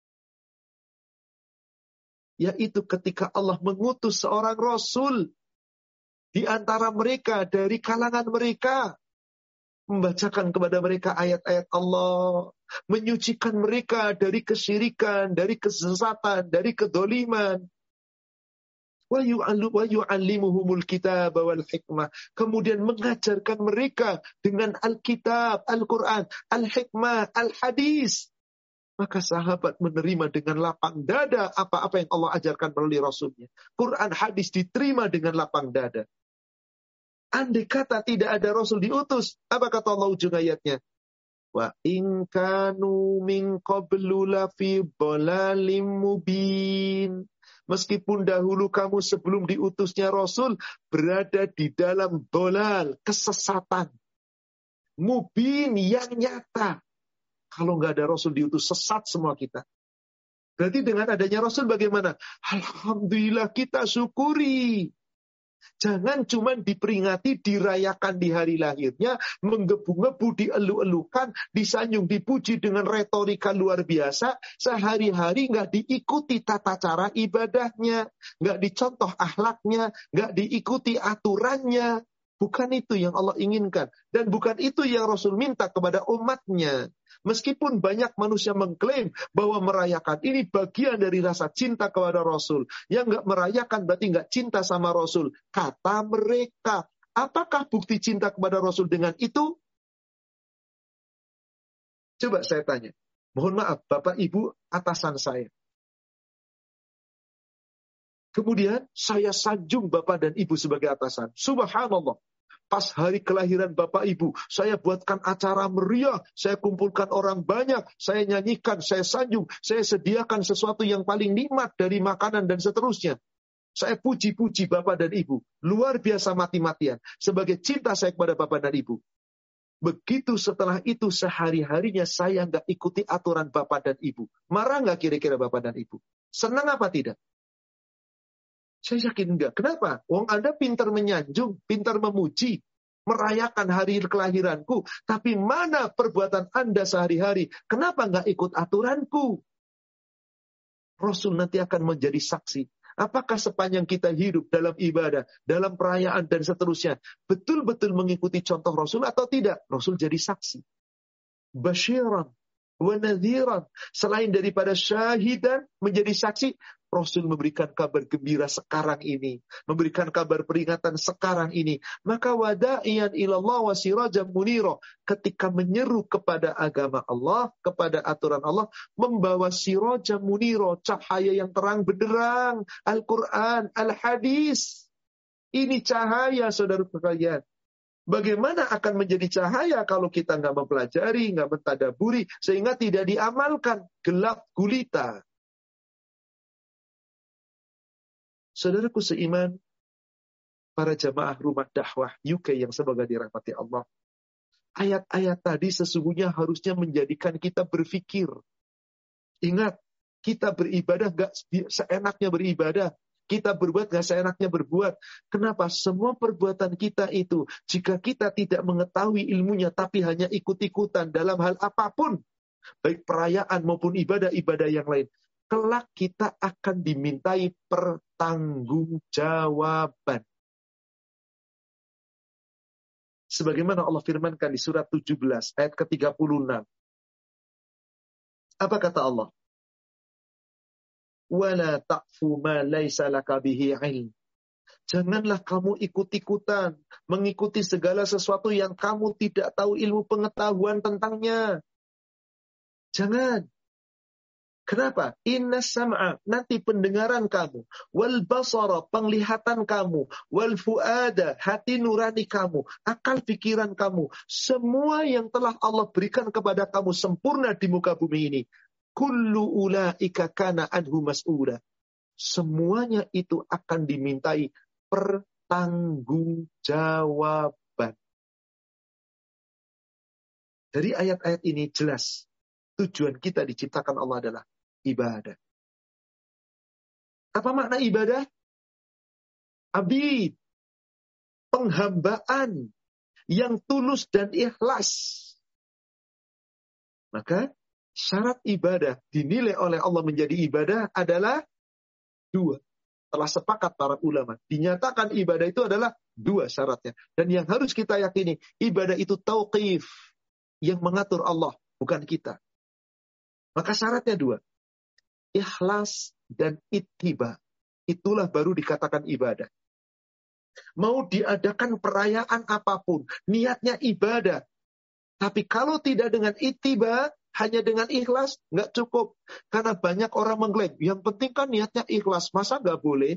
Yaitu ketika Allah mengutus seorang Rasul di antara mereka, dari kalangan mereka, membacakan kepada mereka ayat-ayat Allah, menyucikan mereka dari kesyirikan, dari kesesatan, dari kedoliman. Wa yu'allimuhumul kitab wal hikmah. Kemudian mengajarkan mereka dengan Alkitab, Al-Quran, Al-Hikmah, Al-Hadis. Maka sahabat menerima dengan lapang dada apa-apa yang Allah ajarkan melalui Rasulnya. Quran, hadis diterima dengan lapang dada. Andai kata tidak ada Rasul diutus, apa kata Allah ujung ayatnya? Wa in kanu min qablu lafi dhalalim mubin. Meskipun dahulu kamu sebelum diutusnya Rasul berada di dalam dolal, kesesatan. Mubin yang nyata. Kalau nggak ada Rasul diutus, sesat semua kita. Berarti dengan adanya Rasul bagaimana? Alhamdulillah kita syukuri. Jangan cuma diperingati, dirayakan di hari lahirnya, menggebu-gebu, dielu-elukan, disanjung, dipuji dengan retorika luar biasa, sehari-hari nggak diikuti tata cara ibadahnya, nggak dicontoh akhlaknya, nggak diikuti aturannya. Bukan itu yang Allah inginkan. Dan bukan itu yang Rasul minta kepada umatnya. Meskipun banyak manusia mengklaim bahwa merayakan ini bagian dari rasa cinta kepada Rasul. Yang nggak merayakan berarti nggak cinta sama Rasul. Kata mereka. Apakah bukti cinta kepada Rasul dengan itu? Coba saya tanya. Mohon maaf, Bapak Ibu atasan saya. Kemudian saya sanjung Bapak dan Ibu sebagai atasan. Subhanallah. Pas hari kelahiran Bapak Ibu, saya buatkan acara meriah, saya kumpulkan orang banyak, saya nyanyikan, saya sanjung, saya sediakan sesuatu yang paling nikmat dari makanan dan seterusnya. Saya puji-puji Bapak dan Ibu. Luar biasa mati-matian. Sebagai cinta saya kepada Bapak dan Ibu. Begitu setelah itu sehari-harinya saya nggak ikuti aturan Bapak dan Ibu. Marah nggak kira-kira Bapak dan Ibu? Senang apa tidak? Saya yakin enggak. Kenapa? Wong Anda pintar menyanjung, pintar memuji, merayakan hari kelahiranku. Tapi mana perbuatan Anda sehari-hari? Kenapa enggak ikut aturanku? Rasul nanti akan menjadi saksi. Apakah sepanjang kita hidup dalam ibadah, dalam perayaan dan seterusnya, betul-betul mengikuti contoh Rasul atau tidak? Rasul jadi saksi. Basyiran wa nadhiran. Selain daripada syahidan menjadi saksi, Rasul memberikan kabar gembira sekarang ini, memberikan kabar peringatan sekarang ini. Maka wada'iyan ilallah wa sirajan munira, ketika menyeru kepada agama Allah, kepada aturan Allah, membawa sirajan munira, cahaya yang terang benderang, Al-Quran, Al-Hadis. Ini cahaya, saudara sekalian. Bagaimana akan menjadi cahaya kalau kita nggak mempelajari, nggak mentadaburi, sehingga tidak diamalkan, gelap gulita. Saudaraku seiman, para jamaah rumah dakwah UK yang semoga dirahmati Allah. Ayat-ayat tadi sesungguhnya harusnya menjadikan kita berpikir. Ingat, kita beribadah gak seenaknya beribadah. Kita berbuat gak seenaknya berbuat. Kenapa? Semua perbuatan kita itu, jika kita tidak mengetahui ilmunya, tapi hanya ikut-ikutan dalam hal apapun, baik perayaan maupun ibadah-ibadah yang lain, kelak kita akan dimintai pertanggungjawaban. Sebagaimana Allah firmankan di surat 17 ayat ke-36. Apa kata Allah? Wala taqfu ma laisa laka bihi ilm. Janganlah kamu ikut-ikutan mengikuti segala sesuatu yang kamu tidak tahu ilmu pengetahuan tentangnya. Jangan. Kenapa? Inna sam'a, nanti pendengaran kamu, wal basara, penglihatan kamu, wal fuada, hati nurani kamu, akal pikiran kamu, semua yang telah Allah berikan kepada kamu sempurna di muka bumi ini. Kullu ulaika kana anhu mas'ula. Semuanya itu akan dimintai pertanggungjawaban. Dari ayat-ayat ini jelas tujuan kita diciptakan Allah adalah ibadah. Apa makna ibadah? Abid, penghambaan yang tulus dan ikhlas. Maka syarat ibadah dinilai oleh Allah menjadi ibadah adalah dua. Telah sepakat para ulama. Dinyatakan ibadah itu adalah Dua syaratnya. Dan yang harus kita yakini, ibadah itu tauqif. Yang mengatur Allah, bukan kita. Maka syaratnya dua. Ikhlas dan ittiba. Itulah baru dikatakan ibadah. Mau diadakan perayaan apapun, niatnya ibadah. Tapi kalau tidak dengan ittiba, hanya dengan ikhlas, nggak cukup. Karena banyak orang mengklaim, yang penting kan niatnya ikhlas. Masa nggak boleh?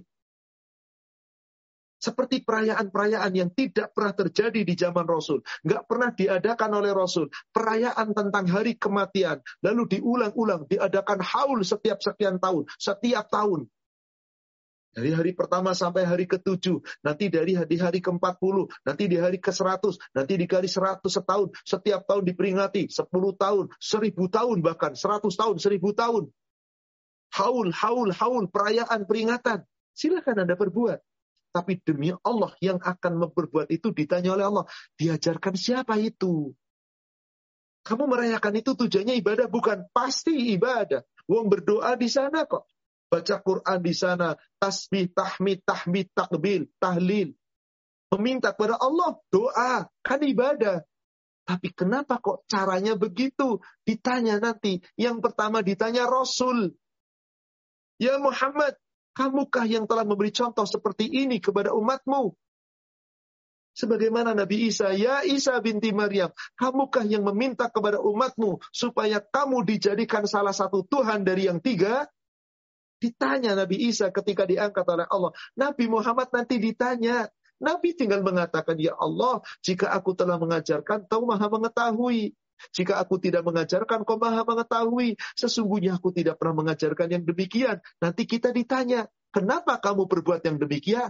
Seperti perayaan-perayaan yang tidak pernah terjadi di zaman Rasul. Nggak pernah diadakan oleh Rasul. Perayaan tentang hari kematian. Lalu diulang-ulang. Diadakan haul setiap sekian tahun. Setiap tahun. Dari hari pertama sampai hari ke-7. Nanti dari hari ke-40. Nanti di hari ke-100. Nanti di hari 100 setahun. Setiap tahun diperingati. 10 tahun. 1000 tahun bahkan. 100 tahun. 1000 tahun. Haul. Perayaan, peringatan. Silakan Anda perbuat. Tapi demi Allah yang akan memperbuat itu ditanya oleh Allah. Diajarkan siapa itu? Kamu merayakan itu tujuannya ibadah? Bukan. Pasti ibadah. Wong berdoa di sana kok. Baca Quran di sana. Tasbih, tahmid, takbir, tahlil. Meminta kepada Allah. Doa. Kan ibadah. Tapi kenapa kok caranya begitu? Ditanya nanti. Yang pertama ditanya Rasul. Ya Muhammad. Kamukah yang telah memberi contoh seperti ini kepada umatmu? Sebagaimana Nabi Isa, ya Isa binti Maryam, kamukah yang meminta kepada umatmu supaya kamu dijadikan salah satu Tuhan dari yang tiga? Ditanya Nabi Isa ketika diangkat oleh Allah. Nabi Muhammad nanti ditanya. Nabi tinggal mengatakan, ya Allah, jika aku telah mengajarkan, Kau maha mengetahui. Jika aku tidak mengajarkan, Kau maha mengetahui. Sesungguhnya aku tidak pernah mengajarkan yang demikian. Nanti kita ditanya, kenapa kamu berbuat yang demikian?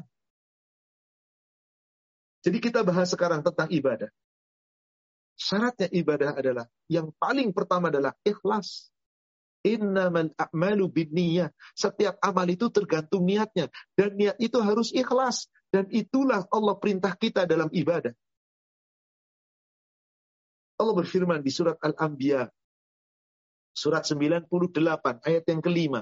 Jadi kita bahas sekarang tentang ibadah. Syaratnya ibadah adalah, yang paling pertama adalah ikhlas. Innamal a'malu binniyah. Setiap amal itu tergantung niatnya. Dan niat itu harus ikhlas. Dan itulah Allah perintah kita dalam ibadah. Allah berfirman di surat Al-Anbiya. Surat 98 ayat yang kelima.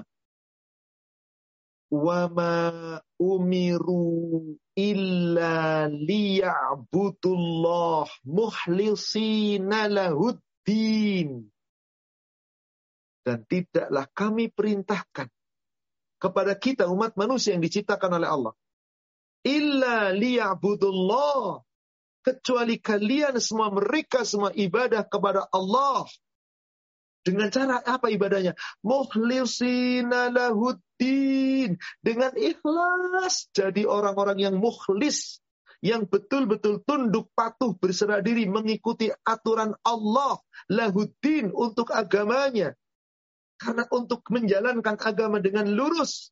Wa ma umiru illa liya'budullah mukhlisina lahuddin. Dan tidaklah kami perintahkan kepada kita umat manusia yang diciptakan oleh Allah. Illa liya'budullah. Kecuali kalian semua, mereka semua ibadah kepada Allah. Dengan cara apa ibadahnya? Mukhlisina lahuddin. Dengan ikhlas. Jadi orang-orang yang mukhlis. Yang betul-betul tunduk, patuh, berserah diri, mengikuti aturan Allah. Lahuddin, untuk agamanya. Karena untuk menjalankan agama dengan lurus.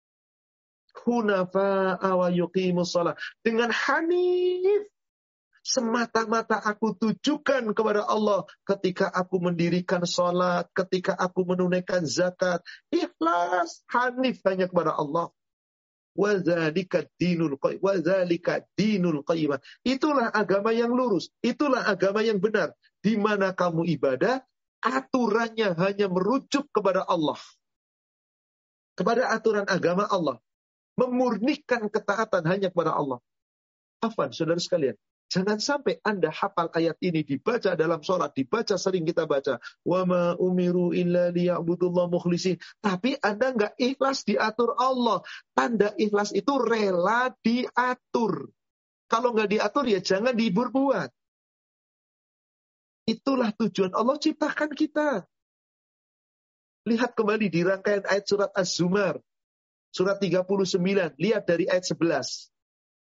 Hunafa'a wa yuqimus shalah. Dengan hanif. Semata-mata aku tujukan kepada Allah ketika aku mendirikan sholat, ketika aku menunaikan zakat. Ikhlas, hanif hanya kepada Allah. Wadzalika dinul qayyimah. Itulah agama yang lurus, itulah agama yang benar. Di mana kamu ibadah, aturannya hanya merujuk kepada Allah. Kepada aturan agama Allah. Memurnikan ketaatan hanya kepada Allah. Afwan, saudara sekalian. Jangan sampai Anda hafal ayat ini, dibaca dalam sholat, dibaca sering kita baca. Wa ma umiru illa liya'budullah mukhlisin. Tapi Anda nggak ikhlas diatur Allah. Tanda ikhlas itu rela diatur. Kalau nggak diatur ya jangan dibuat. Itulah tujuan Allah ciptakan kita. Lihat kembali di rangkaian ayat surat Az-Zumar. Surat 39. Lihat dari ayat 11.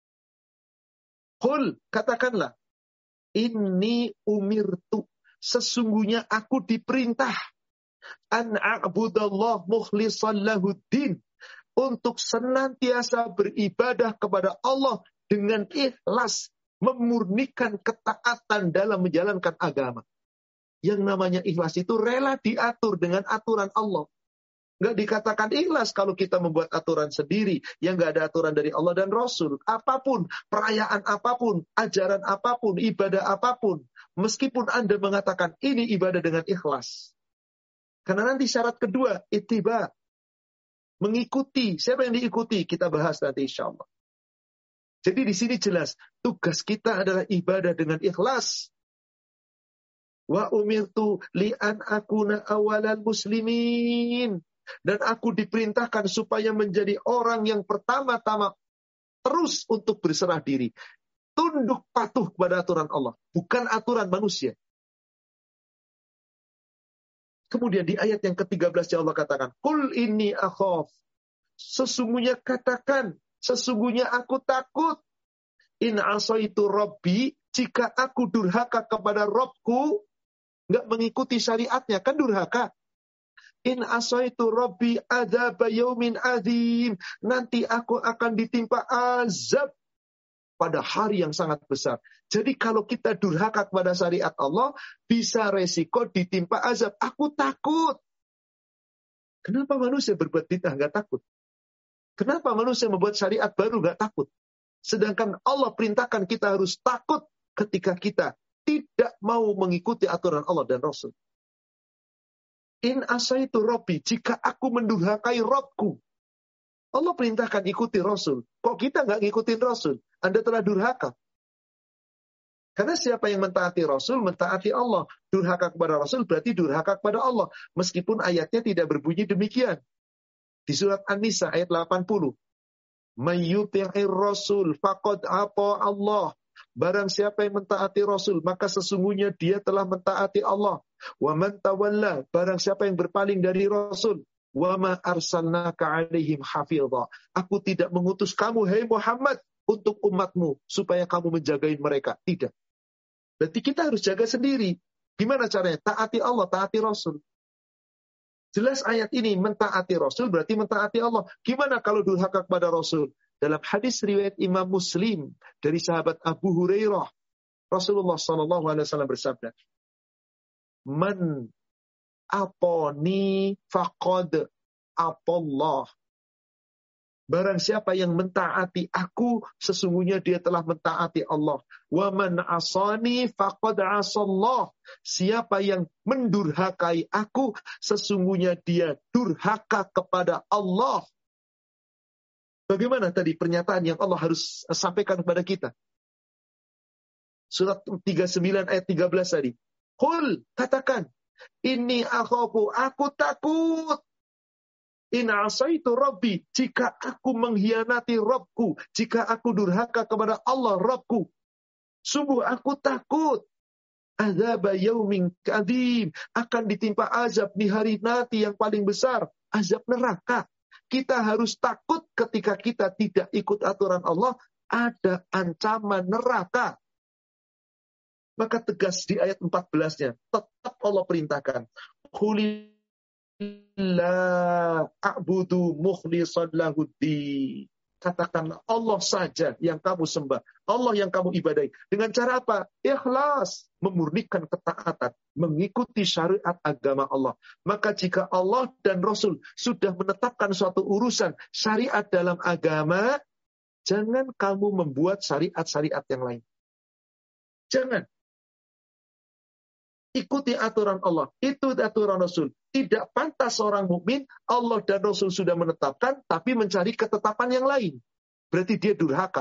Qul, katakanlah, inni umirtu, sesungguhnya aku diperintah, an a'budallah mukhlishan lahuddin, untuk senantiasa beribadah kepada Allah dengan ikhlas, memurnikan ketaatan dalam menjalankan agama. Yang namanya ikhlas itu rela diatur dengan aturan Allah. Nggak dikatakan ikhlas kalau kita membuat aturan sendiri, yang nggak ada aturan dari Allah dan Rasul. Apapun, perayaan apapun, ajaran apapun, ibadah apapun, meskipun Anda mengatakan ini ibadah dengan ikhlas. Karena nanti syarat kedua, ittiba. Mengikuti. Siapa yang diikuti? Kita bahas nanti insya Allah. Jadi di sini jelas, tugas kita adalah ibadah dengan ikhlas. Wa umirtu li'an akuna awalal muslimin. Dan aku diperintahkan supaya menjadi orang yang pertama-tama terus untuk berserah diri. Tunduk patuh kepada aturan Allah, bukan aturan manusia. Kemudian di ayat yang ke-13 Allah katakan, Qul inni akhaf. Sesungguhnya katakan, sesungguhnya aku takut. In asaitu Rabbi, jika aku durhaka kepada Rabbku, nggak mengikuti syariatnya, kan durhaka. In asaitu Rabbi adzaba yaumin adzim. Nanti aku akan ditimpa azab pada hari yang sangat besar. Jadi kalau kita durhaka kepada syariat Allah, bisa resiko ditimpa azab. Aku takut. Kenapa manusia berbuat bid'ah nggak takut? Kenapa manusia membuat syariat baru nggak takut? Sedangkan Allah perintahkan kita harus takut ketika kita tidak mau mengikuti aturan Allah dan Rasul. In asaitu Rabbi, jika aku mendurhakai Rabbku. Allah perintahkan ikuti Rasul. Kok kita nggak ngikutin Rasul? Anda telah durhaka. Karena siapa yang mentaati Rasul, mentaati Allah. Durhaka kepada Rasul berarti durhaka kepada Allah. Meskipun ayatnya tidak berbunyi demikian. Di surat An-Nisa ayat 80. Mayyuti'ir Rasul faqad ata Allah. Barang siapa yang mentaati Rasul, maka sesungguhnya dia telah mentaati Allah. Wa man tawalla, barang siapa yang berpaling dari Rasul, wa ma arsalnaka 'alaihim hafidha. Aku tidak mengutus kamu, hai Muhammad, untuk umatmu supaya kamu menjagain mereka. Tidak. Berarti kita harus jaga sendiri. Gimana caranya? Taati Allah, taati Rasul. Jelas ayat ini mentaati Rasul berarti mentaati Allah. Gimana kalau durhaka kepada Rasul? Dalam hadis riwayat Imam Muslim dari sahabat Abu Hurairah, Rasulullah SAW bersabda, Man atoni faqad atallah. Barang siapa yang mentaati aku, sesungguhnya dia telah mentaati Allah. Wa man asani faqad asallah. Siapa yang mendurhakai aku, sesungguhnya dia durhaka kepada Allah. Bagaimana tadi pernyataan yang Allah harus sampaikan kepada kita? Surat 39 ayat 13 tadi. Qul, katakan, inni akhafu, aku takut. In asaitu Rabbi, jika aku mengkhianati Rabbku, jika aku durhaka kepada Allah Rabbku, sungguh aku takut. Azab yaumin kadzim, akan ditimpa azab di hari nanti yang paling besar, azab neraka. Kita harus takut ketika kita tidak ikut aturan Allah, ada ancaman neraka. Maka tegas di ayat 14-nya, tetap Allah perintahkan, Qul la a'budu mukhlishan lahuddin. Katakan Allah saja yang kamu sembah, Allah yang kamu ibadahi. Dengan cara apa? Ikhlas, memurnikan ketaatan, mengikuti syariat agama Allah. Maka jika Allah dan Rasul sudah menetapkan suatu urusan syariat dalam agama, jangan kamu membuat syariat-syariat yang lain. Jangan. Ikuti aturan Allah, itu aturan Rasul. Tidak pantas seorang mukmin, Allah dan Rasul sudah menetapkan, tapi mencari ketetapan yang lain. Berarti dia durhaka.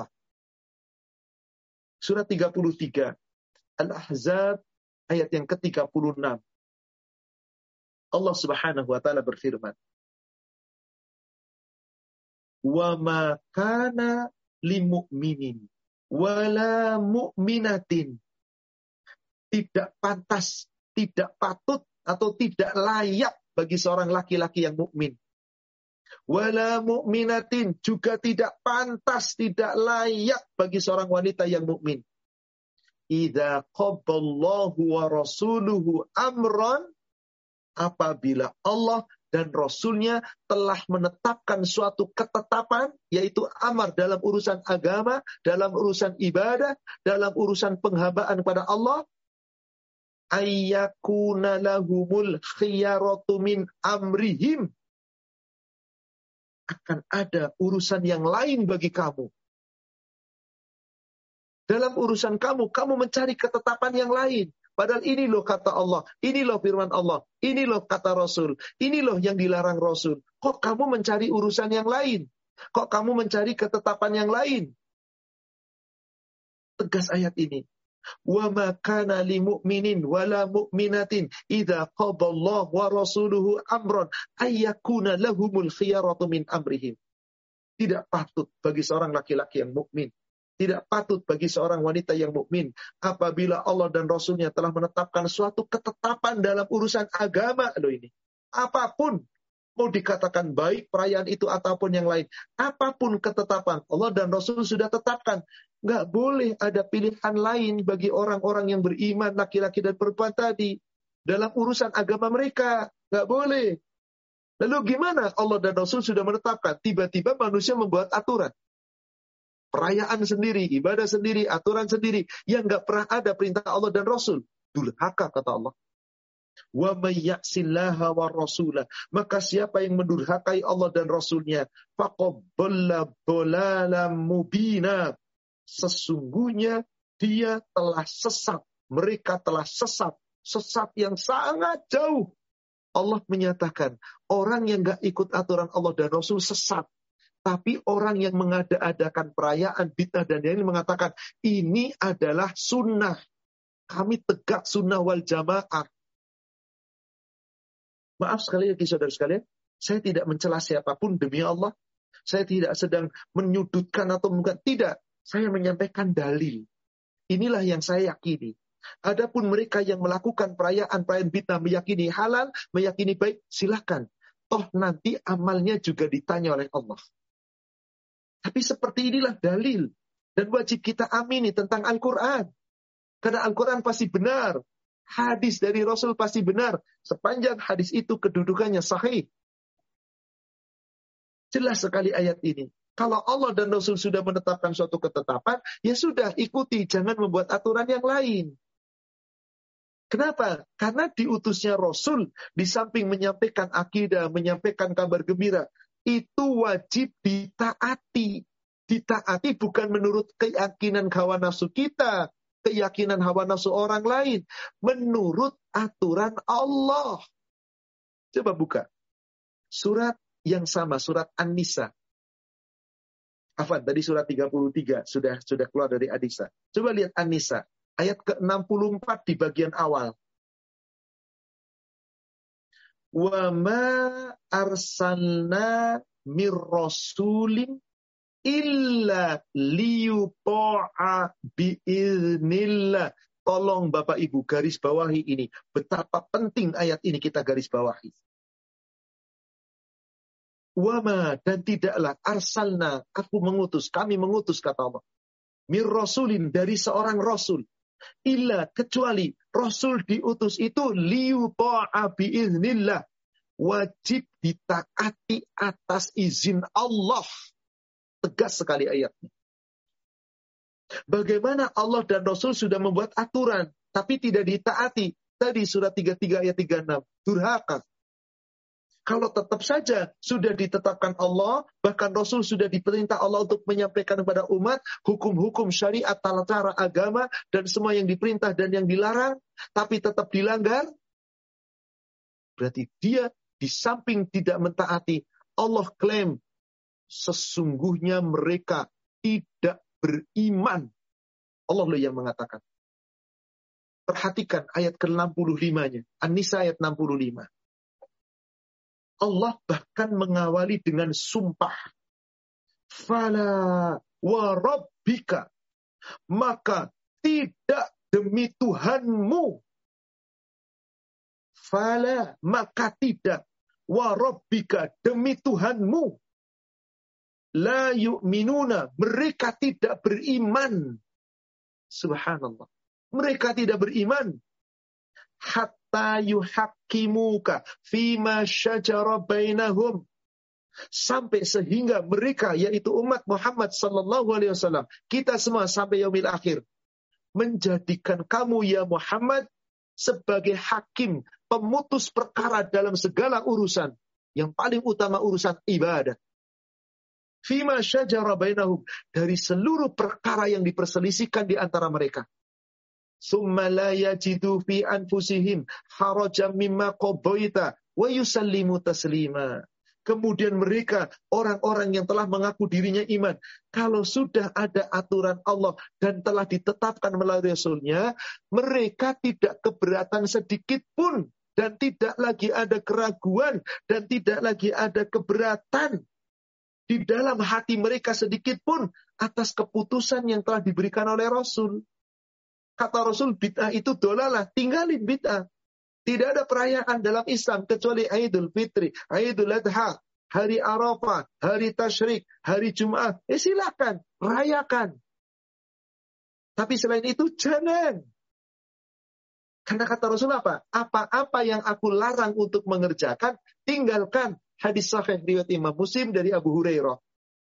Surat 33, Al-Ahzab, ayat yang ke-36. Allah Subhanahu wa Ta'ala berfirman, Wa ma kana limu'minin wala mu'minatin. Tidak pantas, tidak patut, atau tidak layak bagi seorang laki-laki yang mukmin. Wala mu'minatin, juga tidak pantas, tidak layak bagi seorang wanita yang mukmin. Idza qadallahu wa rasuluhu amran, apabila Allah dan Rasulnya telah menetapkan suatu ketetapan, yaitu amar dalam urusan agama, dalam urusan ibadah, dalam urusan penghambaan kepada Allah, ayyakuna lahumul khiyaratu min amrihim, akan ada urusan yang lain bagi kamu. Dalam urusan kamu mencari ketetapan yang lain. Padahal ini loh kata Allah, ini loh firman Allah, ini loh kata Rasul, ini loh yang dilarang Rasul. Kok kamu mencari urusan yang lain? Kok kamu mencari ketetapan yang lain? Tegas ayat ini. Wa ma kana li mu'minin wala mu'minatin idza qadallahu wa rasuluhu amran ayyakuna lahumul khiyaratu min amrihim. Tidak patut bagi seorang laki-laki yang mukmin, tidak patut bagi seorang wanita yang mukmin apabila Allah dan Rasulnya telah menetapkan suatu ketetapan dalam urusan agama. Loh ini, apapun mau dikatakan baik perayaan itu ataupun yang lain, apapun ketetapan Allah dan Rasul sudah tetapkan. Nggak boleh ada pilihan lain bagi orang-orang yang beriman, laki-laki dan perempuan tadi, dalam urusan agama mereka. Nggak boleh. Lalu gimana Allah dan Rasul sudah menetapkan? Tiba-tiba manusia membuat aturan. Perayaan sendiri, ibadah sendiri, aturan sendiri. Yang nggak pernah ada perintah Allah dan Rasul. Durhaka kata Allah. Wa may ya'sillaha wa rasulah. Maka siapa yang mendurhakai Allah dan Rasulnya, faqad dhalla dhalalan mubina. Sesungguhnya dia telah sesat. Mereka telah sesat. Sesat yang sangat jauh. Allah menyatakan, orang yang gak ikut aturan Allah dan Rasul sesat. Tapi orang yang mengada-adakan perayaan, bid'ah dan yang ini mengatakan, ini adalah sunnah. Kami tegak sunnah wal jamaah. Maaf sekali lagi saudara sekalian, saya tidak mencela siapapun demi Allah. Saya tidak sedang menyudutkan atau bukan. Tidak, saya menyampaikan dalil. Inilah yang saya yakini. Adapun mereka yang melakukan perayaan-perayaan bid'ah, meyakini halal, meyakini baik, silakan. Toh nanti amalnya juga ditanya oleh Allah. Tapi seperti inilah dalil. Dan wajib kita amini tentang Al-Quran. Karena Al-Quran pasti benar. Hadis dari Rasul pasti benar. Sepanjang hadis itu kedudukannya sahih. Jelas sekali ayat ini. Kalau Allah dan Rasul sudah menetapkan suatu ketetapan, ya sudah, ikuti. Jangan membuat aturan yang lain. Kenapa? Karena diutusnya Rasul, di samping menyampaikan akidah, menyampaikan kabar gembira, itu wajib ditaati. Ditaati bukan menurut keyakinan hawa nafsu kita, keyakinan hawa nafsu orang lain. Menurut aturan Allah. Coba buka. Surat yang sama, surat An-Nisa. Afwan, tadi surat 33 sudah keluar dari An-Nisa. Coba lihat An-Nisa. Ayat ke-64 di bagian awal. Wa ma arsalna mir rasulin illa liyuta'a biiznillah. Tolong Bapak Ibu garis bawahi ini. Betapa penting ayat ini kita garis bawahi. Wa ma, dan tidaklah arsalna, aku mengutus, kami mengutus kata Allah. Mir rasulin, dari seorang rasul. Illa, kecuali Rasul diutus itu liyuta'a biiznillah. Wajib ditaati atas izin Allah. Tegas sekali ayatnya. Bagaimana Allah dan Rasul sudah membuat aturan, tapi tidak ditaati. Tadi surat 33 ayat 36. Durhaka. Kalau tetap saja sudah ditetapkan Allah, bahkan Rasul sudah diperintah Allah untuk menyampaikan kepada umat hukum-hukum syariat, tata cara agama, dan semua yang diperintah dan yang dilarang, tapi tetap dilanggar, berarti dia di samping tidak mentaati, Allah klaim sesungguhnya mereka tidak beriman. Allah lah yang mengatakan. Perhatikan ayat ke-65-nya. An-Nisa ayat 65. Allah bahkan mengawali dengan sumpah. Fala wa rabbika. Maka tidak demi Tuhanmu. Fala, maka tidak. Wa rabbika, demi Tuhanmu. La yu'minuna, mereka tidak beriman. Subhanallah. Mereka tidak beriman. Hatta yuhaqqimuka fima syajara bainahum. Sampai sehingga mereka, yaitu umat Muhammad sallallahu alaihi wasallam, kita semua sampai yaumil akhir, menjadikan kamu ya Muhammad sebagai hakim, pemutus perkara dalam segala urusan. Yang paling utama urusan ibadah. Fima syajara bainahum, dari seluruh perkara yang diperselisihkan di antara mereka. Summa la yajidu fi anfusihim harajan mimma qadaita wa yusallimu taslima. Kemudian mereka, orang-orang yang telah mengaku dirinya iman. Kalau sudah ada aturan Allah dan telah ditetapkan melalui Rasul-Nya, mereka tidak keberatan sedikit pun. Dan tidak lagi ada keraguan. Dan tidak lagi ada keberatan di dalam hati mereka sedikit pun atas keputusan yang telah diberikan oleh Rasul. Kata Rasul, bid'ah itu dolalah, tinggalin bid'ah. Tidak ada perayaan dalam Islam kecuali Idul Fitri, Idul Adha, hari Arafah, hari Tasyrik, hari Jum'ah. Silakan, rayakan. Tapi selain itu jangan. Karena kata Rasul apa? Apa-apa yang aku larang untuk mengerjakan, tinggalkan. Hadis sahih riwayat Imam Muslim dari Abu Hurairah.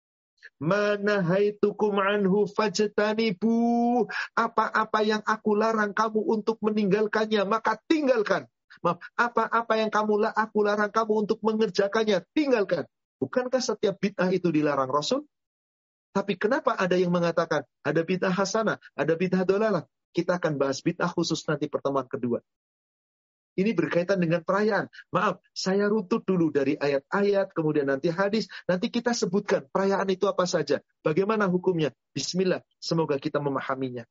Manahaitukum anhu fajtanibu. Apa-apa yang aku larang kamu untuk meninggalkannya, maka tinggalkan. Apa-apa yang aku larang kamu untuk mengerjakannya, tinggalkan. Bukankah setiap bid'ah itu dilarang Rasul? Tapi kenapa ada yang mengatakan ada bid'ah hasanah, ada bid'ah dolalah? Kita akan bahas bid'ah khusus nanti pertemuan kedua. Ini berkaitan dengan perayaan. Maaf, saya runtut dulu dari ayat-ayat, kemudian nanti hadis. Nanti kita sebutkan perayaan itu apa saja. Bagaimana hukumnya? Bismillah, semoga kita memahaminya.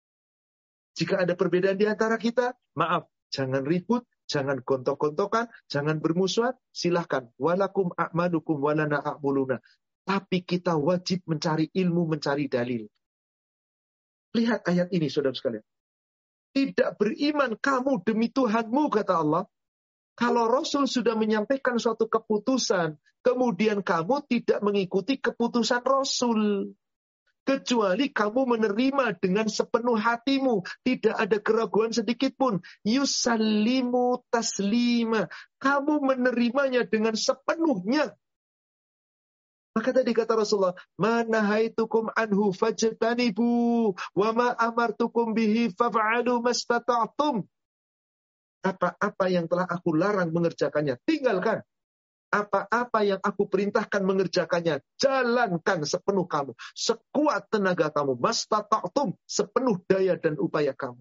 Jika ada perbedaan di antara kita, maaf, jangan ribut, jangan gontok-gontokan, jangan bermusuhan. Silahkan. Walakum a'malukum walana a'muluna. Tapi kita wajib mencari ilmu, mencari dalil. Lihat ayat ini, saudara sekalian. Tidak beriman kamu demi Tuhanmu, kata Allah. Kalau Rasul sudah menyampaikan suatu keputusan, kemudian kamu tidak mengikuti keputusan Rasul. Kecuali kamu menerima dengan sepenuh hatimu. Tidak ada keraguan sedikit pun. Yusallimu taslima. Kamu menerimanya dengan sepenuhnya. Maka tadi kata Rasulullah, manahaitukum anhu fajtanibu wa ma amartukum bihi faf'alu mastata'tum. Apa-apa yang telah aku larang mengerjakannya, tinggalkan. Apa-apa yang aku perintahkan mengerjakannya, jalankan sepenuh kamu, sekuat tenaga kamu, mastata'tum, sepenuh daya dan upaya kamu.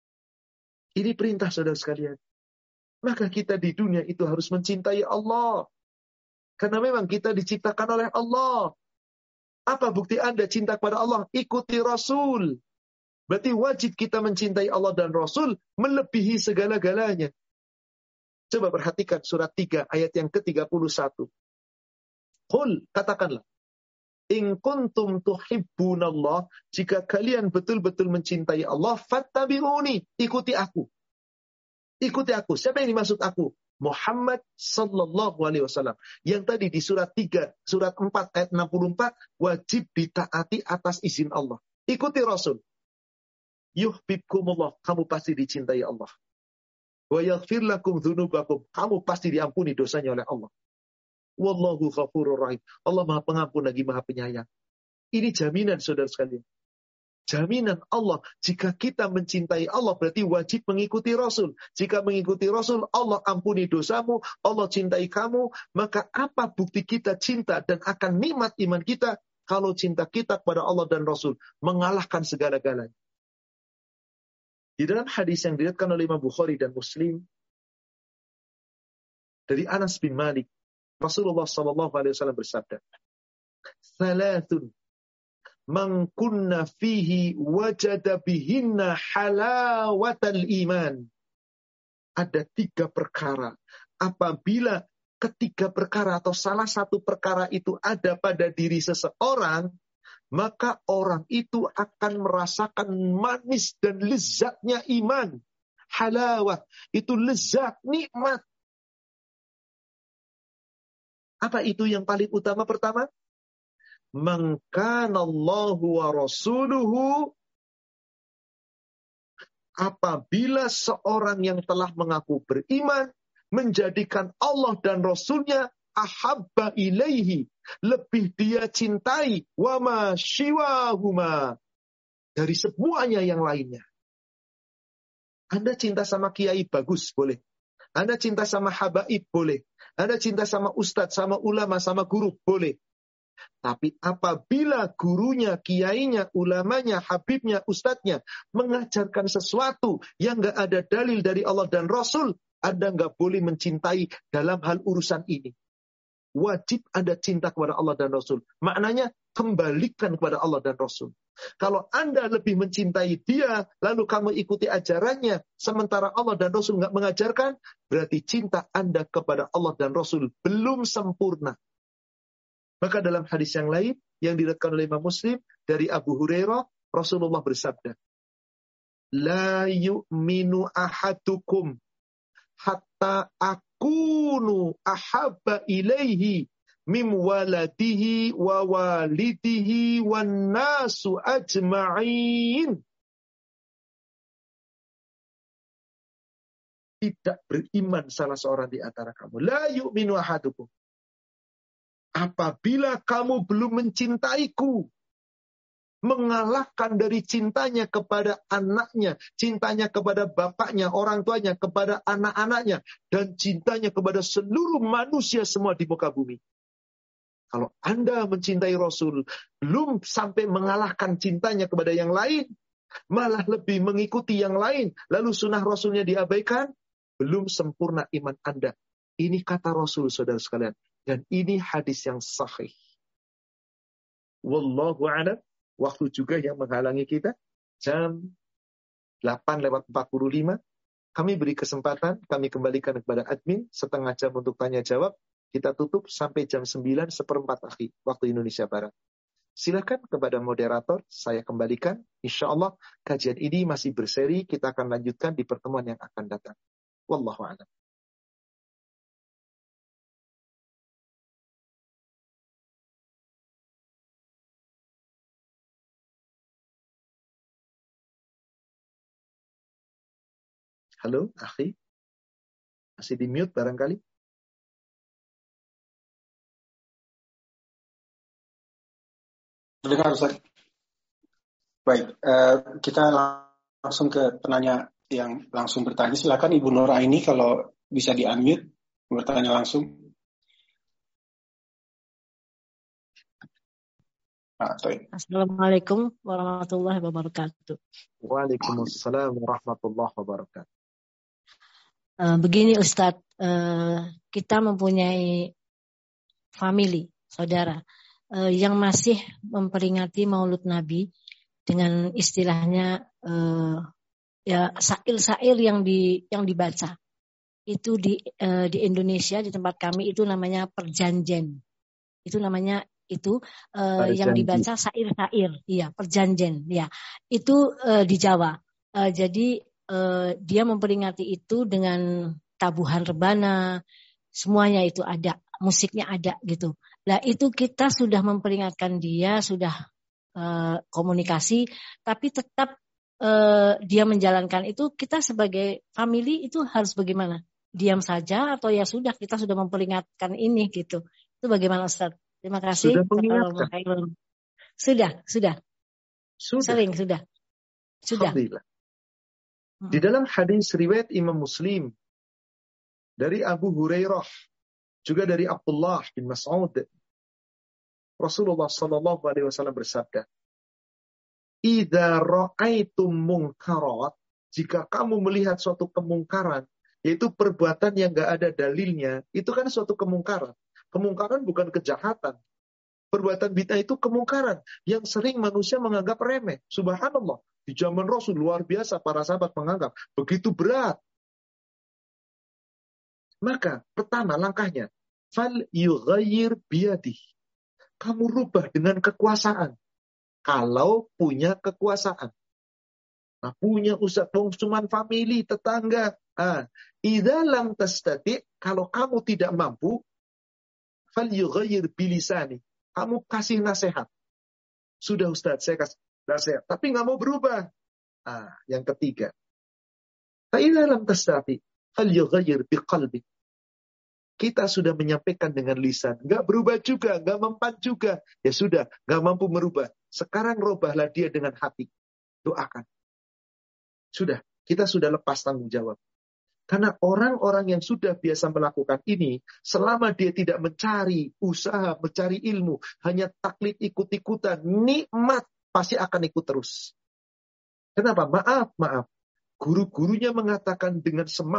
Ini perintah saudara sekalian. Maka kita di dunia itu harus mencintai Allah. Karena memang kita diciptakan oleh Allah. Apa bukti Anda cinta kepada Allah? Ikuti Rasul. Berarti wajib kita mencintai Allah dan Rasul melebihi segala-galanya. Coba perhatikan surat 3 ayat yang ke-31. Qul, katakanlah. In kuntum tuhibbunallah, jika kalian betul-betul mencintai Allah, fattabi'uni, ikuti aku. Ikuti aku. Siapa yang dimaksud aku? Muhammad sallallahu alaihi wasallam. Yang tadi di surat 3, surat 4 ayat 64 wajib ditaati atas izin Allah. Ikuti Rasul. Yuhibbukumullah, kamu pasti dicintai Allah. Wa yaghfir lakum dzunubakum, kamu pasti diampuni dosanya oleh Allah. Wallahu ghafurur rahim. Allah Maha Pengampun lagi Maha Penyayang. Ini jaminan saudara sekalian. Jaminan Allah, jika kita mencintai Allah berarti wajib mengikuti Rasul. Jika mengikuti Rasul, Allah ampuni dosamu, Allah cintai kamu, maka apa bukti kita cinta dan akan nikmat iman kita kalau cinta kita kepada Allah dan Rasul mengalahkan segala-galanya. Di dalam hadis yang diriwayatkan oleh Imam Bukhari dan Muslim dari Anas bin Malik, Rasulullah SAW bersabda, "Thalathun man kunna fihi wajada bihinna halawatal iman." Ada 3 perkara. Apabila ketiga perkara atau salah satu perkara itu ada pada diri seseorang, maka orang itu akan merasakan manis dan lezatnya iman. Halawah, itu lezat, nikmat. Apa itu yang paling utama pertama? Man kana Allahu wa rasuluhu, apabila seorang yang telah mengaku beriman menjadikan Allah dan Rasulnya ahabba ilaihi, lebih dia cintai, wa ma shiwahuma, dari semuanya yang lainnya. Anda cinta sama kiai bagus, boleh. Anda cinta sama habaib, boleh. Anda cinta sama ustadz, sama ulama, sama guru, boleh. Tapi apabila gurunya, kiainya, ulamanya, habibnya, ustadznya mengajarkan sesuatu yang gak ada dalil dari Allah dan Rasul, Anda gak boleh mencintai dalam hal urusan ini. Wajib Anda cinta kepada Allah dan Rasul. Maknanya kembalikan kepada Allah dan Rasul. Kalau Anda lebih mencintai dia, lalu kamu ikuti ajarannya, sementara Allah dan Rasul nggak mengajarkan, berarti cinta Anda kepada Allah dan Rasul belum sempurna. Maka dalam hadis yang lain, yang diriwayatkan oleh Imam Muslim, dari Abu Hurairah, Rasulullah bersabda, La yu'minu ahadukum hatta akunu ahabba ilaihi mim waladihi wa walidihi wan nasu ajma'in. Tidak beriman salah seorang di antara kamu. La yu'minu ahadukum. Apabila kamu belum mencintaiku, mengalahkan dari cintanya kepada anaknya, cintanya kepada bapaknya, orang tuanya, kepada anak-anaknya, dan cintanya kepada seluruh manusia semua di muka bumi. Kalau Anda mencintai Rasul, belum sampai mengalahkan cintanya kepada yang lain, malah lebih mengikuti yang lain, lalu sunnah Rasulnya diabaikan, belum sempurna iman Anda. Ini kata Rasul, saudara sekalian. Dan ini hadis yang sahih. Wallahu a'lam. Waktu juga yang menghalangi kita. Jam 8:45. Kami beri kesempatan, kami kembalikan kepada admin, setengah jam untuk tanya jawab. Kita tutup sampai jam 9:15 akhir, waktu Indonesia Barat. Silakan kepada moderator, saya kembalikan. Insya Allah kajian ini masih berseri, kita akan lanjutkan di pertemuan yang akan datang. Wallahu a'lam. Halo, akhi? Masih di mute barangkali? Dengar, Ustaz. Baik, kita langsung ke penanya yang langsung bertanya. Silakan Ibu Nora ini kalau bisa di-unmute, bertanya langsung. Assalamualaikum warahmatullahi wabarakatuh. Waalaikumsalam warahmatullahi wabarakatuh. Begini Ustadz, kita mempunyai family, saudara, yang masih memperingati Maulud Nabi dengan istilahnya ya syair-syair yang dibaca. Itu di Indonesia, di tempat kami itu namanya perjanjian. Itu namanya yang dibaca syair-syair, iya perjanjian, ya. Itu di Jawa. Jadi dia memperingati itu dengan tabuhan rebana, semuanya itu ada, musiknya ada gitu. Nah itu kita sudah memperingatkan dia, sudah komunikasi, tapi tetap dia menjalankan itu. Kita sebagai family itu harus bagaimana? Diam saja atau ya sudah kita sudah memperingatkan ini gitu? Itu bagaimana Ustaz? Terima kasih. Sudah mengingatkan? Sudah. Sering sudah. Alhamdulillah. Di dalam hadis riwayat Imam Muslim dari Abu Hurairah, juga dari Abdullah bin Mas'ud, Rasulullah sallallahu alaihi wasallam bersabda, "Idza ra'aitum munkarat," jika kamu melihat suatu kemungkaran, yaitu perbuatan yang enggak ada dalilnya, itu kan suatu kemungkaran. Kemungkaran bukan kejahatan. Perbuatan bid'ah itu kemungkaran yang sering manusia menganggap remeh. Subhanallah. Di zaman Rasul luar biasa para sahabat menganggap begitu berat. Maka pertama langkahnya, fal yughayyir biyadih. Kamu rubah dengan kekuasaan. Kalau punya kekuasaan. Nah, punya ustaz, cuman family, tetangga. Idza lam tastati, kalau kamu tidak mampu, fal yughayyir bilisani. Kamu kasih nasihat. Sudah Ustaz, saya kasih nasihat. Tapi nggak mau berubah. Yang ketiga. Fa'idza lam tastati, fal yughayyir biqalbi. Kita sudah menyampaikan dengan lisan. Nggak berubah juga, nggak mempan juga. Ya sudah, nggak mampu merubah. Sekarang rubahlah dia dengan hati. Doakan. Sudah, kita sudah lepas tanggung jawab. Karena orang-orang yang sudah biasa melakukan ini, selama dia tidak mencari usaha, mencari ilmu, hanya taklid ikut-ikutan, nikmat pasti akan ikut terus. Kenapa? Maaf. Guru-gurunya mengatakan dengan semangat,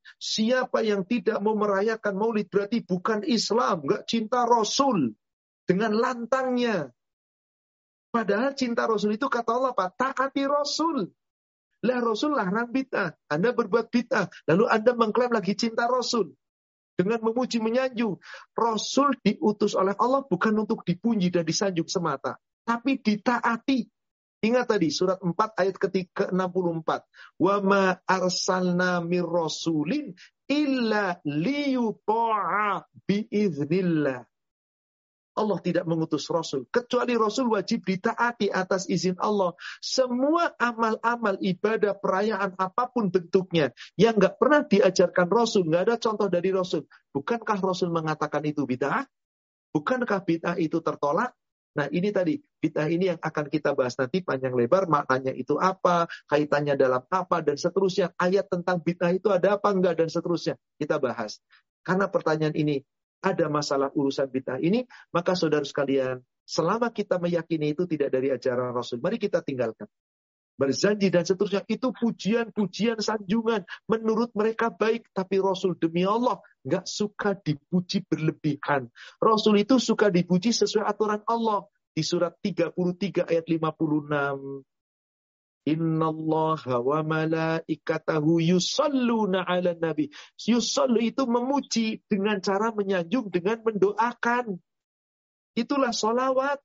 Siapa yang tidak mau merayakan maulid berarti bukan Islam, nggak cinta Rasul dengan lantangnya. Padahal cinta Rasul itu kata Allah apa? Taati Rasul. Lah Rasul larang bid'ah. Anda berbuat bid'ah. Lalu Anda mengklaim lagi cinta Rasul. Dengan memuji menyanjung. Rasul diutus oleh Allah bukan untuk dipuji dan disanjung semata. Tapi ditaati. Ingat tadi surat 4 ayat ke-64. Wa ma arsalna mir rasulin illa liyuta'a biiznillah. Allah tidak mengutus Rasul. Kecuali Rasul wajib ditaati atas izin Allah. Semua amal-amal, ibadah, perayaan, apapun bentuknya. Yang nggak pernah diajarkan Rasul. Nggak ada contoh dari Rasul. Bukankah Rasul mengatakan itu bid'ah? Bukankah bid'ah itu tertolak? Nah ini tadi, bid'ah ini yang akan kita bahas nanti panjang lebar. Maknanya itu apa? Kaitannya dalam apa? Dan seterusnya. Ayat tentang bid'ah itu ada apa? Enggak? Dan seterusnya. Kita bahas. Karena pertanyaan ini, ada masalah urusan bid'ah ini, maka saudara sekalian, selama kita meyakini itu tidak dari ajaran Rasul, mari kita tinggalkan. Berzanji dan seterusnya, itu pujian-pujian, sanjungan. Menurut mereka baik, tapi Rasul demi Allah nggak suka dipuji berlebihan. Rasul itu suka dipuji sesuai aturan Allah. Di surat 33 ayat 56. Innallaha wa malaikatahu yusalluna 'alan nabi. Yusallu itu memuji dengan cara menyanjung, dengan mendoakan. Itulah sholawat.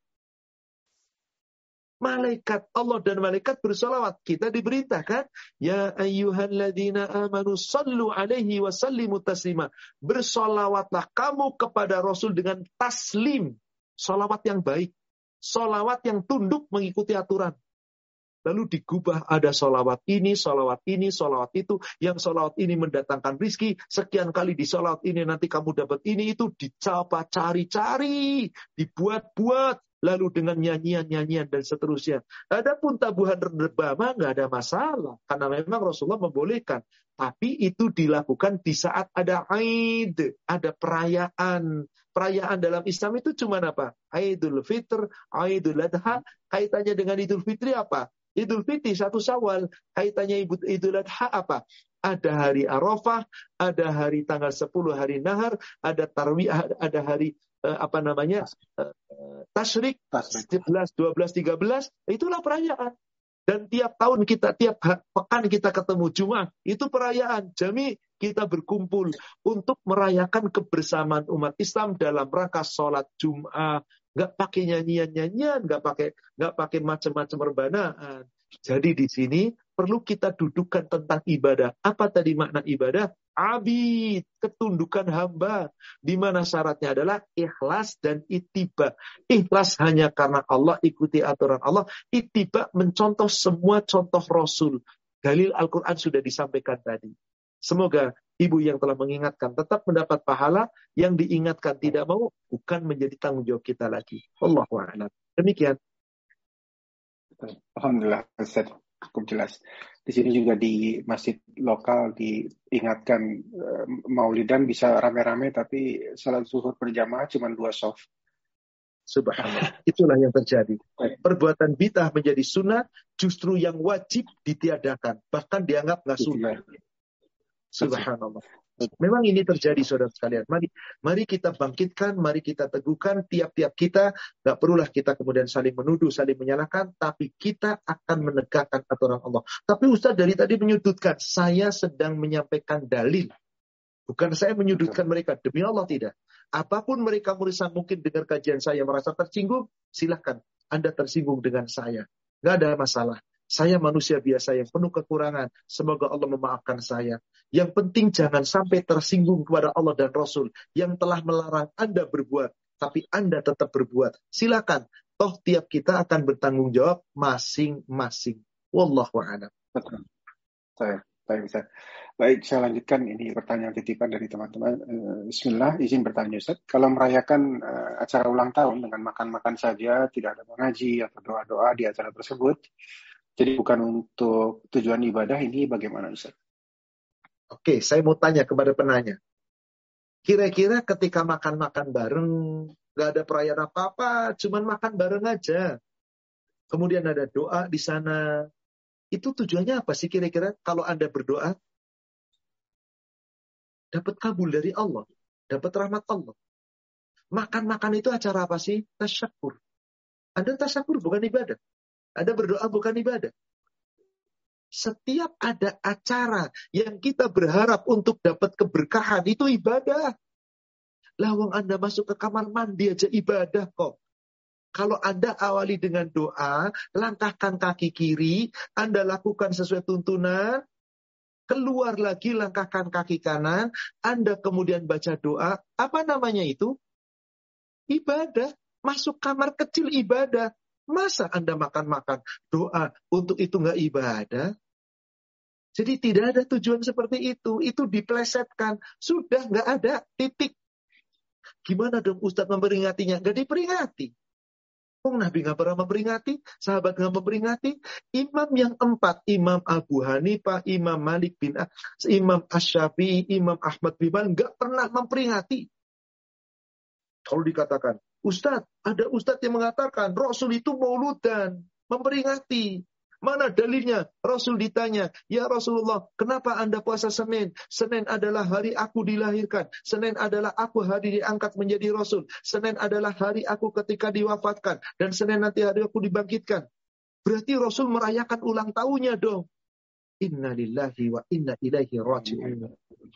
Malaikat Allah dan malaikat bersolawat. Kita diberintahkan, ya ayyuhalladzina amanu sallu alaihi wa sallimu taslima. Bersolawatlah kamu kepada Rasul dengan taslim. Solawat yang baik. Solawat yang tunduk mengikuti aturan. Lalu digubah ada solawat ini, solawat itu. Yang solawat ini mendatangkan rizki. Sekian kali di solawat ini nanti kamu dapat ini, itu dicoba cari-cari. Dibuat-buat. Lalu dengan nyanyian-nyanyian dan seterusnya. Adapun tabuhan rebama nggak ada masalah. Karena memang Rasulullah membolehkan. Tapi itu dilakukan di saat ada Aid. Ada perayaan. Perayaan dalam Islam itu cuma apa? Aidul Fitr, Aidul Adha. Kaitannya dengan Idul Fitri apa? Idul Fitri 1 Syawal, kaitannya Idul Adha apa? Ada hari Arafah, ada hari tanggal 10 hari Nahar, ada Tarwiyah, ada hari Tasyrik 11, 12, 13, itulah perayaan. Dan tiap tahun kita, tiap pekan kita ketemu Jumat, itu perayaan. Jami kita berkumpul untuk merayakan kebersamaan umat Islam dalam rangka sholat Jumat. Nggak pakai nyanyian-nyanyian, nggak pakai macam-macam rebanaan. Jadi di sini perlu kita dudukkan tentang ibadah. Apa tadi makna ibadah? Abid, ketundukan hamba. Di mana syaratnya adalah ikhlas dan ittiba. Ikhlas hanya karena Allah, ikuti aturan Allah. Ittiba mencontoh semua contoh Rasul. Dalil Al-Quran sudah disampaikan tadi. Semoga ibu yang telah mengingatkan tetap mendapat pahala, yang diingatkan tidak mau, bukan menjadi tanggung jawab kita lagi. Wallahu a'lam. Demikian. Alhamdulillah, Ustaz, cukup jelas. Di sini juga di masjid lokal diingatkan maulidan bisa rame-rame, tapi salat zuhur berjamaah cuma 2 shaf. Subhanallah. Itulah yang terjadi. Perbuatan bid'ah menjadi sunnah, justru yang wajib ditiadakan. Bahkan dianggap nggak sunnah. Subhanallah. Memang ini terjadi, saudara sekalian. Mari kita bangkitkan, mari kita teguhkan tiap-tiap kita. Gak perlulah kita kemudian saling menuduh, saling menyalahkan, tapi kita akan menegakkan aturan Allah. Tapi Ustaz dari tadi menyudutkan, saya sedang menyampaikan dalil. Bukan saya menyudutkan mereka, demi Allah tidak. Apapun mereka merasa mungkin dengar kajian saya merasa tersinggung, silahkan Anda tersinggung dengan saya. Gak ada masalah. Saya manusia biasa yang penuh kekurangan. Semoga Allah memaafkan saya. Yang penting jangan sampai tersinggung kepada Allah dan Rasul yang telah melarang Anda berbuat. Tapi Anda tetap berbuat. Silakan. Toh tiap kita akan bertanggung jawab masing-masing. Wallahu a'lam. Betul. Baik, saya lanjutkan. Ini pertanyaan titipan dari teman-teman. Bismillah, izin bertanya Ustaz. Kalau merayakan acara ulang tahun dengan makan-makan saja, tidak ada mengaji atau doa-doa di acara tersebut, jadi bukan untuk tujuan ibadah, ini bagaimana Ustaz? Oke, saya mau tanya kepada penanya. Kira-kira ketika makan-makan bareng, gak ada perayaan apa-apa, cuman makan bareng aja. Kemudian ada doa di sana. Itu tujuannya apa sih kira-kira kalau Anda berdoa? dapat kabul dari Allah, dapat rahmat Allah. Makan-makan itu acara apa sih? Tasyakur. Anda tasyakur bukan ibadah. Anda berdoa bukan ibadah. Setiap ada acara yang kita berharap untuk dapat keberkahan, itu ibadah. Lawang Anda masuk ke kamar mandi aja ibadah kok. Kalau Anda awali dengan doa, langkahkan kaki kiri, Anda lakukan sesuai tuntunan, keluar lagi langkahkan kaki kanan, Anda kemudian baca doa, apa namanya itu? Ibadah. Masuk kamar kecil ibadah. Masa Anda makan-makan doa untuk itu nggak ibadah? Jadi tidak ada tujuan seperti itu. Itu diplesetkan. Sudah nggak ada. Titik. Gimana dong Ustadz memperingatinya? Nggak diperingati. Nabi nggak pernah memperingati, sahabat nggak memperingati. Imam yang 4, Imam Abu Hanifah, Imam Malik bin Imam Asy-Syafi'i, Imam Ahmad bin Hanbal nggak pernah memperingati. Kalau dikatakan, Ustadz, ada Ustadz yang mengatakan Rasul itu mauludan, memperingati. Mana dalilnya? Rasul ditanya, ya Rasulullah, kenapa Anda puasa Senin? Senin adalah hari aku dilahirkan. Senin adalah aku hari diangkat menjadi Rasul. Senin adalah hari aku ketika diwafatkan. Dan Senin nanti hari aku dibangkitkan. Berarti Rasul merayakan ulang tahunnya dong. Inna lillahi wa inna ilaihi raji'un.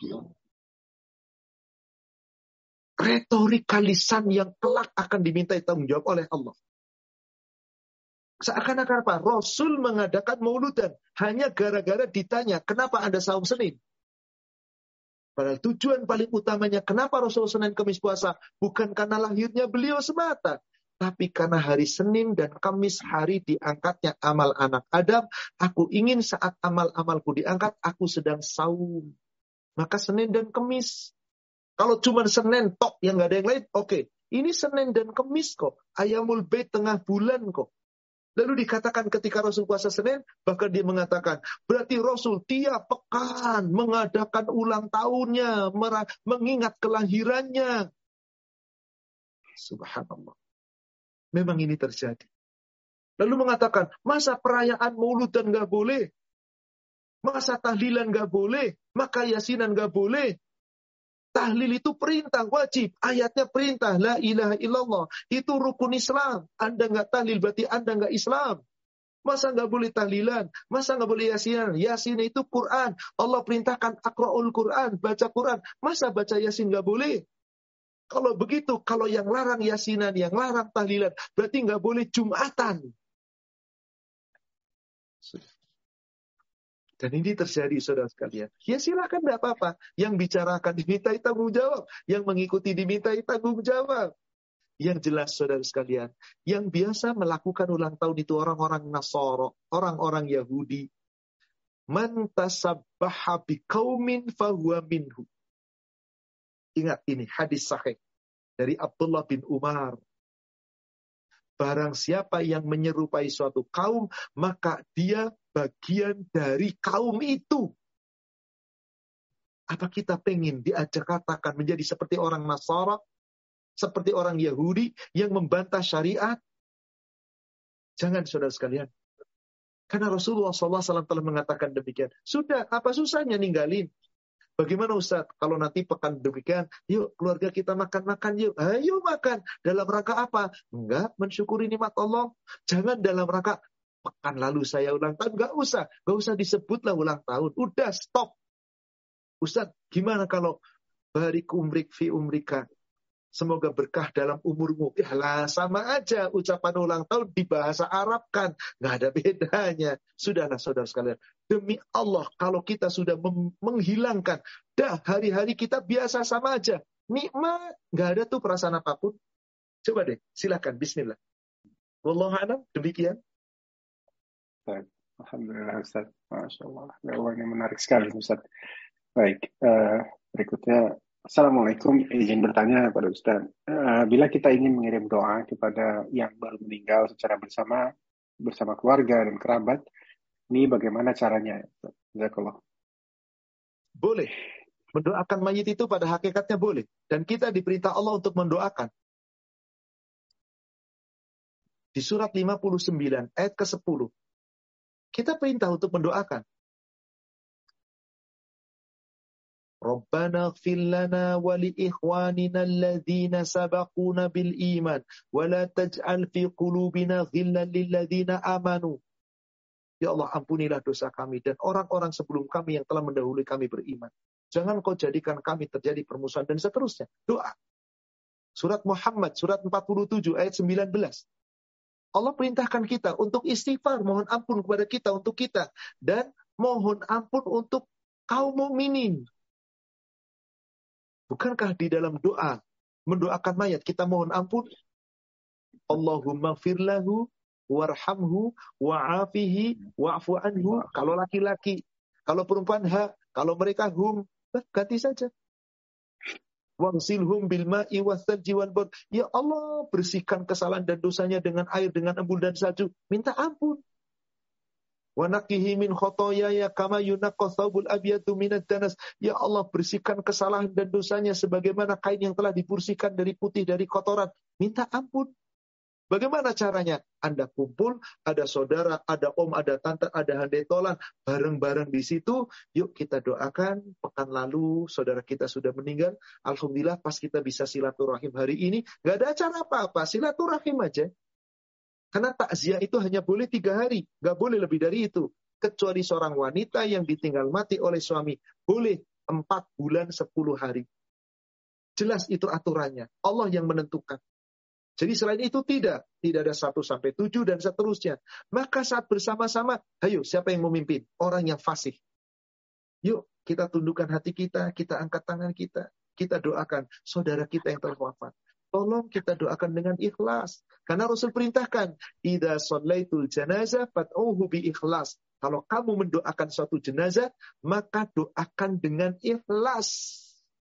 Retorika lisan yang kelak akan dimintai tanggung jawab oleh Allah. Seakan-akan apa? Rasul mengadakan mauludan hanya gara-gara ditanya, kenapa Anda saum Senin? Padahal tujuan paling utamanya, kenapa Rasul Senin Kamis puasa? Bukan karena lahirnya beliau semata, tapi karena hari Senin dan Kamis hari diangkatnya amal anak Adam. Aku ingin saat amal-amalku diangkat, aku sedang saum. Maka Senin dan Kamis. Kalau cuma Senin tok yang nggak ada yang lain, oke. Ini Senin dan Kamis kok. Ayamul Bait tengah bulan kok. Lalu dikatakan ketika Rasul puasa Senin, bahkan dia mengatakan, berarti Rasul tiap pekan mengadakan ulang tahunnya, mengingat kelahirannya. Subhanallah. Memang ini terjadi. Lalu mengatakan, masa perayaan mauludan nggak boleh? Masa tahlilan nggak boleh? Maka yasinan nggak boleh? Tahlil itu perintah, wajib. Ayatnya perintah, la ilaha illallah. Itu rukun Islam. Anda nggak tahlil, berarti Anda nggak Islam. Masa nggak boleh tahlilan? Masa nggak boleh yasinan? Yasin itu Quran. Allah perintahkan akra'ul Quran, baca Quran. Masa baca yasin nggak boleh? Kalau begitu, kalau yang larang yasinan, yang larang tahlilan, berarti nggak boleh Jumatan. Dan ini terjadi, saudara sekalian. Ya silakan, tidak apa-apa. Yang bicarakan dimintai tanggung jawab. Yang mengikuti dimintai tanggung jawab. Yang jelas, saudara sekalian. Yang biasa melakukan ulang tahun itu orang-orang Nasoro. Orang-orang Yahudi. Man tasabbaha biqaumin fahuwa minhu. Ingat ini, hadis sahih. Dari Abdullah bin Umar. Barang siapa yang menyerupai suatu kaum, maka dia bagian dari kaum itu. Apa kita pengen diajak katakan menjadi seperti orang Nasara, seperti orang Yahudi yang membantah syariat? Jangan, saudara sekalian. Karena Rasulullah SAW telah mengatakan demikian. Sudah, apa susahnya ninggalin? Bagaimana Ustaz? Kalau nanti pekan demikian, yuk keluarga kita makan-makan yuk. Ayo makan. Dalam rangka apa? Enggak, mensyukuri nikmat Allah. Jangan dalam rangka, pekan lalu saya ulang tahun. Enggak usah disebutlah ulang tahun. Udah, stop. Ustaz, gimana kalau barik umrik fi umrika? Semoga berkah dalam umurmu. Ya lah, sama aja ucapan ulang tahun di bahasa Arab kan. Nggak ada bedanya. Sudahlah, saudara sekalian. Demi Allah, kalau kita sudah menghilangkan, dah hari-hari kita biasa sama aja. Nikmat. Nggak ada tuh perasaan apapun. Coba deh, silakan. Bismillah. Wallahu a'lam, demikian. Baik. Alhamdulillah Ustaz. Masya Allah. Jawabannya menarik sekali Ustaz. Baik, berikutnya. Assalamualaikum, izin bertanya kepada Ustaz. Bila kita ingin mengirim doa kepada yang baru meninggal secara bersama keluarga dan kerabat, ini bagaimana caranya? Jazakallah. Boleh. Mendoakan mayit itu pada hakikatnya boleh. Dan kita diperintah Allah untuk mendoakan. Di surat 59, ayat ke-10. Kita perintah untuk mendoakan. Rabbana ighfir lana wa li ikhwanina alladhina sabaquna bil iman wa la taj'al fi qulubina ghillan lil ladzina amanu. Ya Allah, ampunilah dosa kami dan orang-orang sebelum kami yang telah mendahului kami beriman. Jangan kau jadikan kami terjadi permusuhan dan seterusnya. Doa. Surat Muhammad, surat 47 ayat 19. Allah perintahkan kita untuk istighfar, mohon ampun kepada kita untuk kita dan mohon ampun untuk kaum mukminin. Bukankah di dalam doa mendoakan mayat kita mohon ampun? Allahumma ighfir lahu warhamhu wa'afihi wa'fu anhu. Kalau laki-laki, kalau perempuan ha, kalau mereka hum, ganti saja. Wangsilhum bil ma'i wasalji wal bard. Ya Allah, bersihkan kesalahan dan dosanya dengan air, dengan embun dan salju. Minta ampun. Wa naqihi min khotoyaya kama yunaqqas thawbul abyadu minad danas. Ya Allah, bersihkan kesalahan dan dosanya sebagaimana kain yang telah dibersihkan dari putih dari kotoran. Minta ampun. Bagaimana caranya? Anda kumpul, ada saudara, ada om, ada tante, ada handetolan, bareng-bareng di situ. Yuk kita doakan, pekan lalu saudara kita sudah meninggal. Alhamdulillah pas kita bisa silaturahim hari ini, gak ada acara apa-apa, silaturahim aja. Karena takziah itu hanya boleh 3 hari, gak boleh lebih dari itu. Kecuali seorang wanita yang ditinggal mati oleh suami, boleh 4 bulan 10 hari. Jelas itu aturannya, Allah yang menentukan. Jadi selain itu tidak ada 1 sampai 7 dan seterusnya. Maka saat bersama-sama, ayo siapa yang memimpin? Orang yang fasih. Yuk kita tundukkan hati kita angkat tangan kita doakan saudara kita yang telah wafat. Tolong kita doakan dengan ikhlas. Karena Rasul perintahkan, idza shallaitul janazah fad'uhu bi ikhlas. Kalau kamu mendoakan suatu jenazah, maka doakan dengan ikhlas.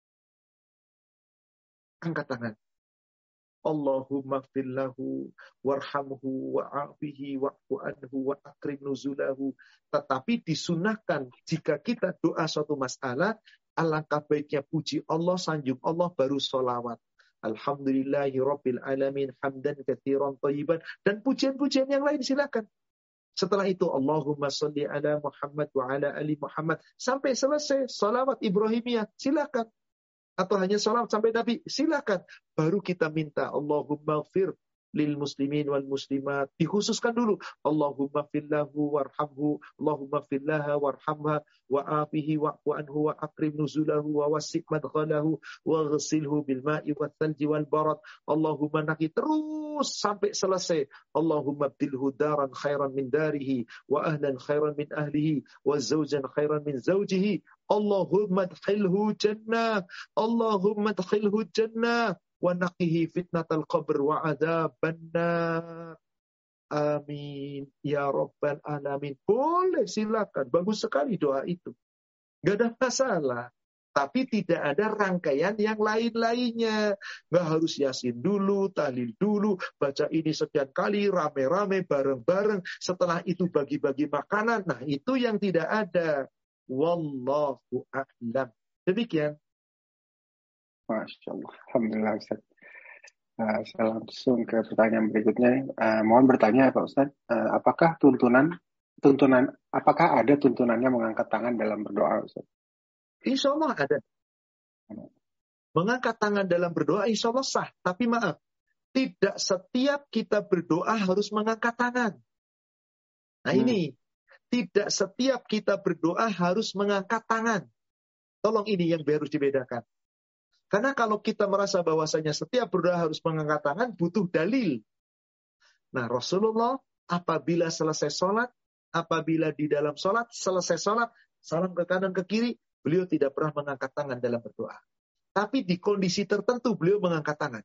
Angkat tangan. Allahumma ighfir lahu warhamhu wa'afihi wa'fu anhu wa akrim nuzulahu. Tetapi disunahkan jika kita doa suatu masalah, alangkah baiknya puji Allah, sanjung Allah, baru sholawat. Alhamdulillahi rabbil alamin hamdan katsiran thayyiban, dan pujian-pujian yang lain silakan. Setelah itu Allahumma sholli ala Muhammad wa ala ali Muhammad sampai selesai sholawat Ibrahimiyah, silakan. Atau hanya salam sampai Nabi, silakan. Baru kita minta Allahumma ighfir lil muslimin wal muslimat. Dikhususkan dulu. Allahumma fillahu warhamhu, Allahumma fillaha warhamha, wa'afihi wa'fu anhu wa akrim nuzulahu wa wasi' madkhalahu wa ghasilhu bil ma'i wa thalji wal barad. Allahumma naki terus sampai selesai. Allahumma abdilhu daran khairan min darihi wa ahlan khairan min ahlihi wa zawjan khairan min zawjihi. Allahumma adkhilhu jannah, Allahumma adkhilhu jannah wa naqihi fitnatal qabr wa adzaban nar. Amin ya rabbal alamin. Boleh, silakan. Bagus sekali doa itu. Enggak ada masalah. Tapi tidak ada rangkaian yang lain-lainnya. Enggak harus yasin dulu, tahlil dulu, baca ini sekian kali, rame-rame, bareng-bareng. Setelah itu bagi-bagi makanan. Nah, itu yang tidak ada. Wallahu a'lam. Demikian. Masya Allah. Alhamdulillah Ustaz. Saya langsung ke pertanyaan berikutnya. Mohon bertanya Pak Ustaz, apakah apakah ada tuntunannya mengangkat tangan dalam berdoa Ustaz? Insya Allah ada. Mengangkat tangan dalam berdoa insya Allah sah. Tapi maaf, tidak setiap kita berdoa harus mengangkat tangan. Nah ini, tidak setiap kita berdoa harus mengangkat tangan. Tolong ini yang harus dibedakan. Karena kalau kita merasa bahwasanya setiap berdoa harus mengangkat tangan, butuh dalil. Nah Rasulullah apabila selesai sholat, apabila di dalam sholat, selesai sholat, salam ke kanan ke kiri, beliau tidak pernah mengangkat tangan dalam berdoa. Tapi di kondisi tertentu beliau mengangkat tangan.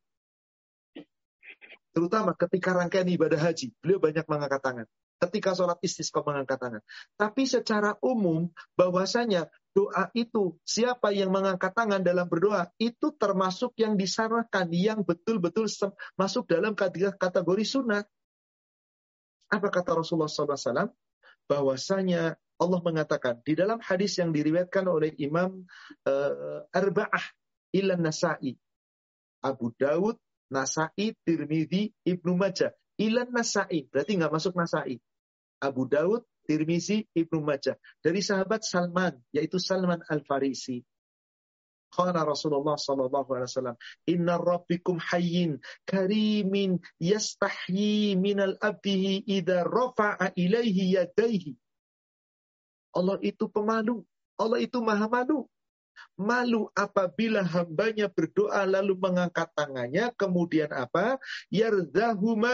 Terutama ketika rangkaian ibadah haji, beliau banyak mengangkat tangan. Ketika sholat istisqa mengangkat tangan. Tapi secara umum bahwasanya doa itu, siapa yang mengangkat tangan dalam berdoa, itu termasuk yang disarankan, yang betul-betul masuk dalam kategori sunnah. Apa kata Rasulullah SAW? Bahwasanya Allah mengatakan di dalam hadis yang diriwayatkan oleh Imam Arba'ah ila Nasa'i, Abu Daud, Nasa'i, Tirmidzi, Ibnu Majah. Ilan Nasa'i, berarti nggak masuk Nasa'i. Abu Daud, Tirmizi, Ibnu Majah. Dari sahabat Salman, yaitu Salman Al-Farisi. Qala Rasulullah sallallahu alaihi wasallam, "Inna rabbikum hayyin karimin yastahyi minal abdihi idza rafa'a ilaihi yadayhi." Allah itu pemalu. Allah itu maha malu. Malu apabila hambanya berdoa lalu mengangkat tangannya, kemudian apa? Yardahuma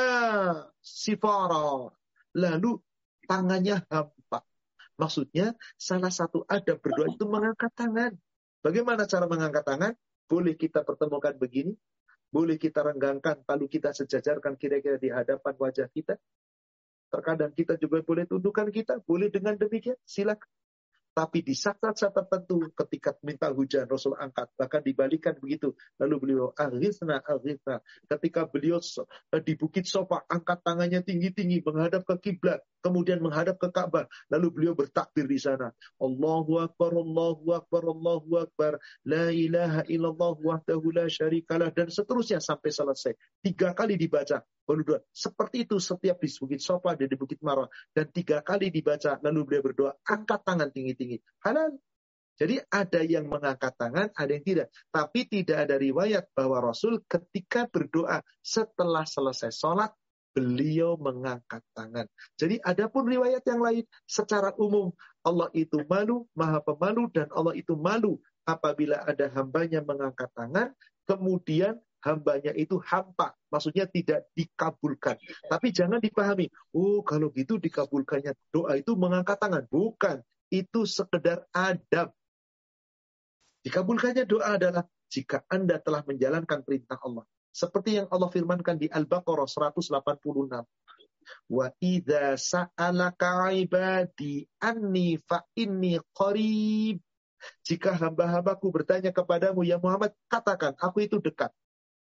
sifara. Lalu tangannya hampa. Maksudnya salah satu adab berdoa itu mengangkat tangan. Bagaimana cara mengangkat tangan? Boleh kita pertemukan begini, boleh kita renggangkan, lalu kita sejajarkan kira-kira di hadapan wajah kita. Terkadang kita juga boleh tundukkan kita, boleh dengan demikian, silakan. Tapi di saat-saat tertentu ketika minta hujan Rasul angkat, bahkan dibalikan begitu. Lalu beliau aghithna. Ketika beliau di Bukit Sofa angkat tangannya tinggi-tinggi menghadap ke kiblat, kemudian menghadap ke Ka'bah. Lalu beliau bertakbir di sana. Allahu Akbar, Allahu Akbar, Allahu Akbar. La ilaha illallah wahdahu la syarikalah. Dan seterusnya sampai selesai. 3 kali dibaca. Lalu seperti itu setiap di Bukit Sofa dan di Bukit Marwah. Dan 3 kali dibaca. Lalu beliau berdoa, angkat tangan tinggi-tinggi. Halal. Jadi ada yang mengangkat tangan, ada yang tidak. Tapi tidak ada riwayat bahwa Rasul ketika berdoa setelah selesai sholat, beliau mengangkat tangan. Jadi ada pun riwayat yang lain. Secara umum, Allah itu malu, maha pemalu, dan Allah itu malu apabila ada hambanya mengangkat tangan, kemudian hambanya itu hampa, maksudnya tidak dikabulkan. Tapi jangan dipahami, oh kalau gitu dikabulkannya doa itu mengangkat tangan. Bukan, itu sekedar adab. Dikabulkannya doa adalah jika Anda telah menjalankan perintah Allah. Seperti yang Allah firmankan di Al-Baqarah 186. Wa idza sa'alaka 'ibadi anni fa inni qarib. Jika hamba-hambaku bertanya kepadamu ya Muhammad, katakan aku itu dekat.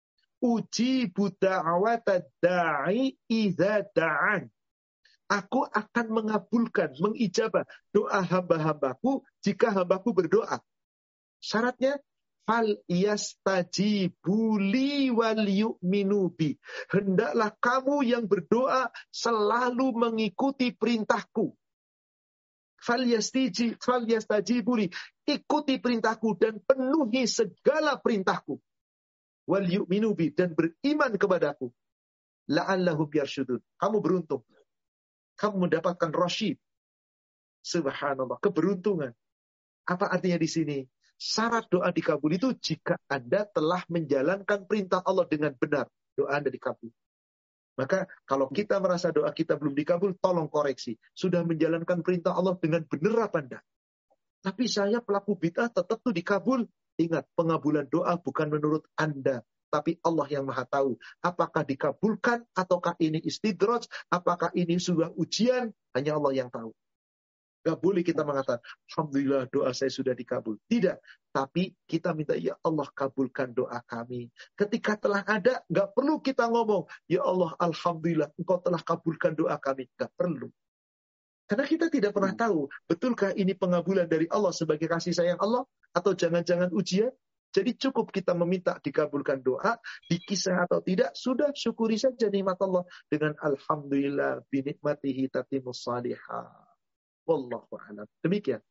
Ujibu da'wata da'i idza da'an. Aku akan mengabulkan, mengijabah doa hamba-hambaku jika hambaku berdoa. Syaratnya fal yastajibu li wal yu'minu bi. Hendaklah kamu yang berdoa selalu mengikuti perintahku. Fal yastajibu li, ikuti perintahku dan penuhi segala perintahku. Wal yu'minu bi, dan beriman kepadaku. La'allahum yarsyudun. Kamu beruntung. Kamu mendapatkan rasyid. Subhanallah, keberuntungan. Apa artinya di sini? Syarat doa dikabul itu jika Anda telah menjalankan perintah Allah dengan benar, doa Anda dikabul. Maka kalau kita merasa doa kita belum dikabul, tolong koreksi. Sudah menjalankan perintah Allah dengan benar apa enggak? Tapi saya pelaku bid'ah tetap tuh dikabul. Ingat, pengabulan doa bukan menurut Anda, tapi Allah yang maha tahu. Apakah dikabulkan, ataukah ini istidraj, apakah ini sudah ujian, hanya Allah yang tahu. Gak boleh kita mengatakan, alhamdulillah doa saya sudah dikabul. Tidak, tapi kita minta, ya Allah kabulkan doa kami. Ketika telah ada, gak perlu kita ngomong, ya Allah alhamdulillah engkau telah kabulkan doa kami. Gak perlu. Karena kita tidak pernah tahu, betulkah ini pengabulan dari Allah sebagai kasih sayang Allah, atau jangan-jangan ujian. Jadi cukup kita meminta dikabulkan doa, dikisah atau tidak, sudah syukuri saja nikmat Allah dengan alhamdulillah binikmatihi tatimus salihah. Wallahu a'lam. Demikian.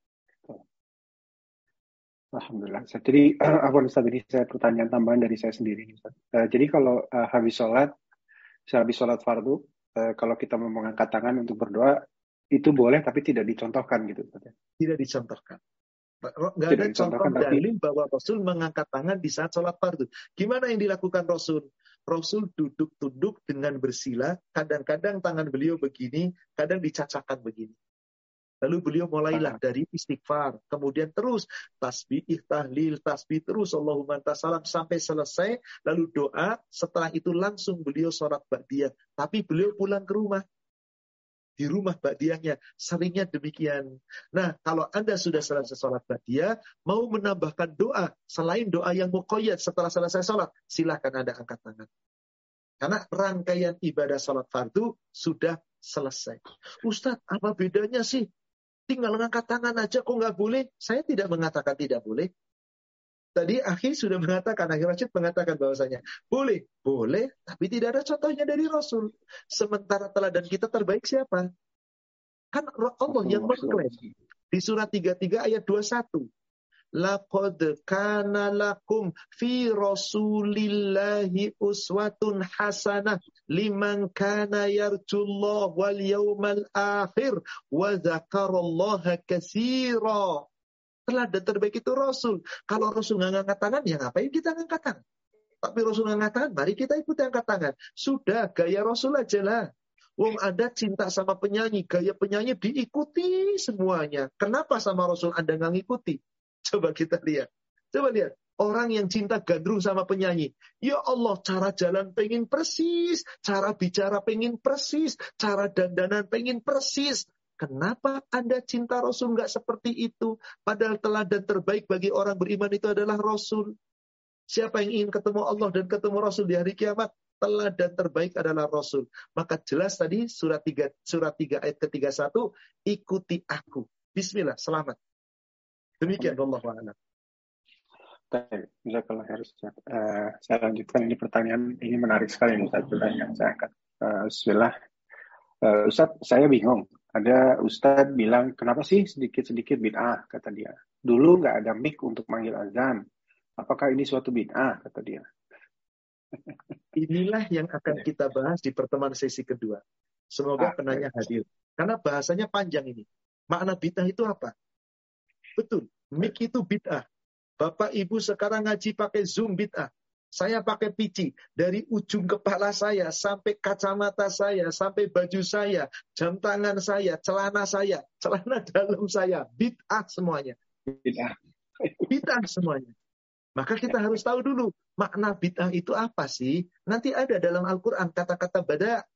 Alhamdulillah. Jadi Ustaz, ini saya pertanyaan tambahan dari saya sendiri. Jadi kalau habis sholat fardu, kalau kita mau mengangkat tangan untuk berdoa, itu boleh tapi tidak dicontohkan gitu. Tidak dicontohkan. Nggak ada contoh dalil bahwa Rasul mengangkat tangan di saat sholat fardu. Gimana yang dilakukan Rasul? Rasul duduk tunduk dengan bersila. Kadang-kadang tangan beliau begini, kadang dicacahkan begini. Lalu beliau mulailah dari istighfar. Kemudian terus tasbih, tahlil, tasbih terus. Allahumma anta salam sampai selesai. Lalu doa. Setelah itu langsung beliau sholat ba'diyah. Tapi beliau pulang ke rumah. Di rumah ba'diyahnya. Seringnya demikian. Nah, kalau Anda sudah selesai sholat ba'diyah, mau menambahkan doa, selain doa yang muqayyad setelah selesai sholat, silakan Anda angkat tangan. Karena rangkaian ibadah sholat fardu sudah selesai. Ustadz, apa bedanya sih? Tinggal angkat tangan aja, kok nggak boleh? Saya tidak mengatakan tidak boleh. Tadi Akhi sudah mengatakan, Akhi Rashid mengatakan bahwasanya boleh, tapi tidak ada contohnya dari Rasul. Sementara teladan kita terbaik siapa? Kan Allah yang mengklaim di surat 33 ayat 21. Laqad kana lakum fi rasulillahi uswatun hasanah liman kana yarjullah wal yawmal akhir wa dzakarallaha katsira. Teladan terbaik itu Rasul. Kalau Rasul nggak ngangkat tangan, ya ngapain kita ngangkat tangan? Tapi Rasul ngangkat tangan, mari kita ikuti angkat tangan. Sudah, gaya Rasul aja lah. Wong Anda cinta sama penyanyi, gaya penyanyi diikuti semuanya. Kenapa sama Rasul Anda nggak ngikuti? Coba kita lihat. Coba lihat. Orang yang cinta gandrung sama penyanyi. Ya Allah, cara jalan pengen persis. Cara bicara pengen persis. Cara dandanan pengen persis. Kenapa Anda cinta Rasul nggak seperti itu? Padahal teladan terbaik bagi orang beriman itu adalah Rasul. Siapa yang ingin ketemu Allah dan ketemu Rasul di hari kiamat? Teladan terbaik adalah Rasul. Maka jelas tadi surat 3 ayat ke-31, ikuti aku. Bismillah, selamat. Demikian Allah wa'ala. Baik, jazakallah khair Ustaz. Saya lanjutkan ini pertanyaan, ini menarik sekali Ustaz yang saya angkat. Bismillah. Ustaz, saya bingung. Ada Ustaz bilang, kenapa sih sedikit-sedikit bid'ah, kata dia. Dulu nggak ada mic untuk manggil azan. Apakah ini suatu bid'ah, kata dia. Inilah yang akan kita bahas di pertemuan sesi kedua. Semoga penanya hadir. Karena bahasanya panjang ini. Makna bid'ah itu apa? Betul, mic itu bid'ah. Bapak Ibu sekarang ngaji pakai Zoom bid'ah. Saya pakai PC. Dari ujung kepala saya, sampai kacamata saya, sampai baju saya, jam tangan saya, celana dalam saya. Bid'ah semuanya. Bid'ah semuanya. Maka kita harus tahu dulu, makna bid'ah itu apa sih? Nanti ada dalam Al-Quran kata-kata bada.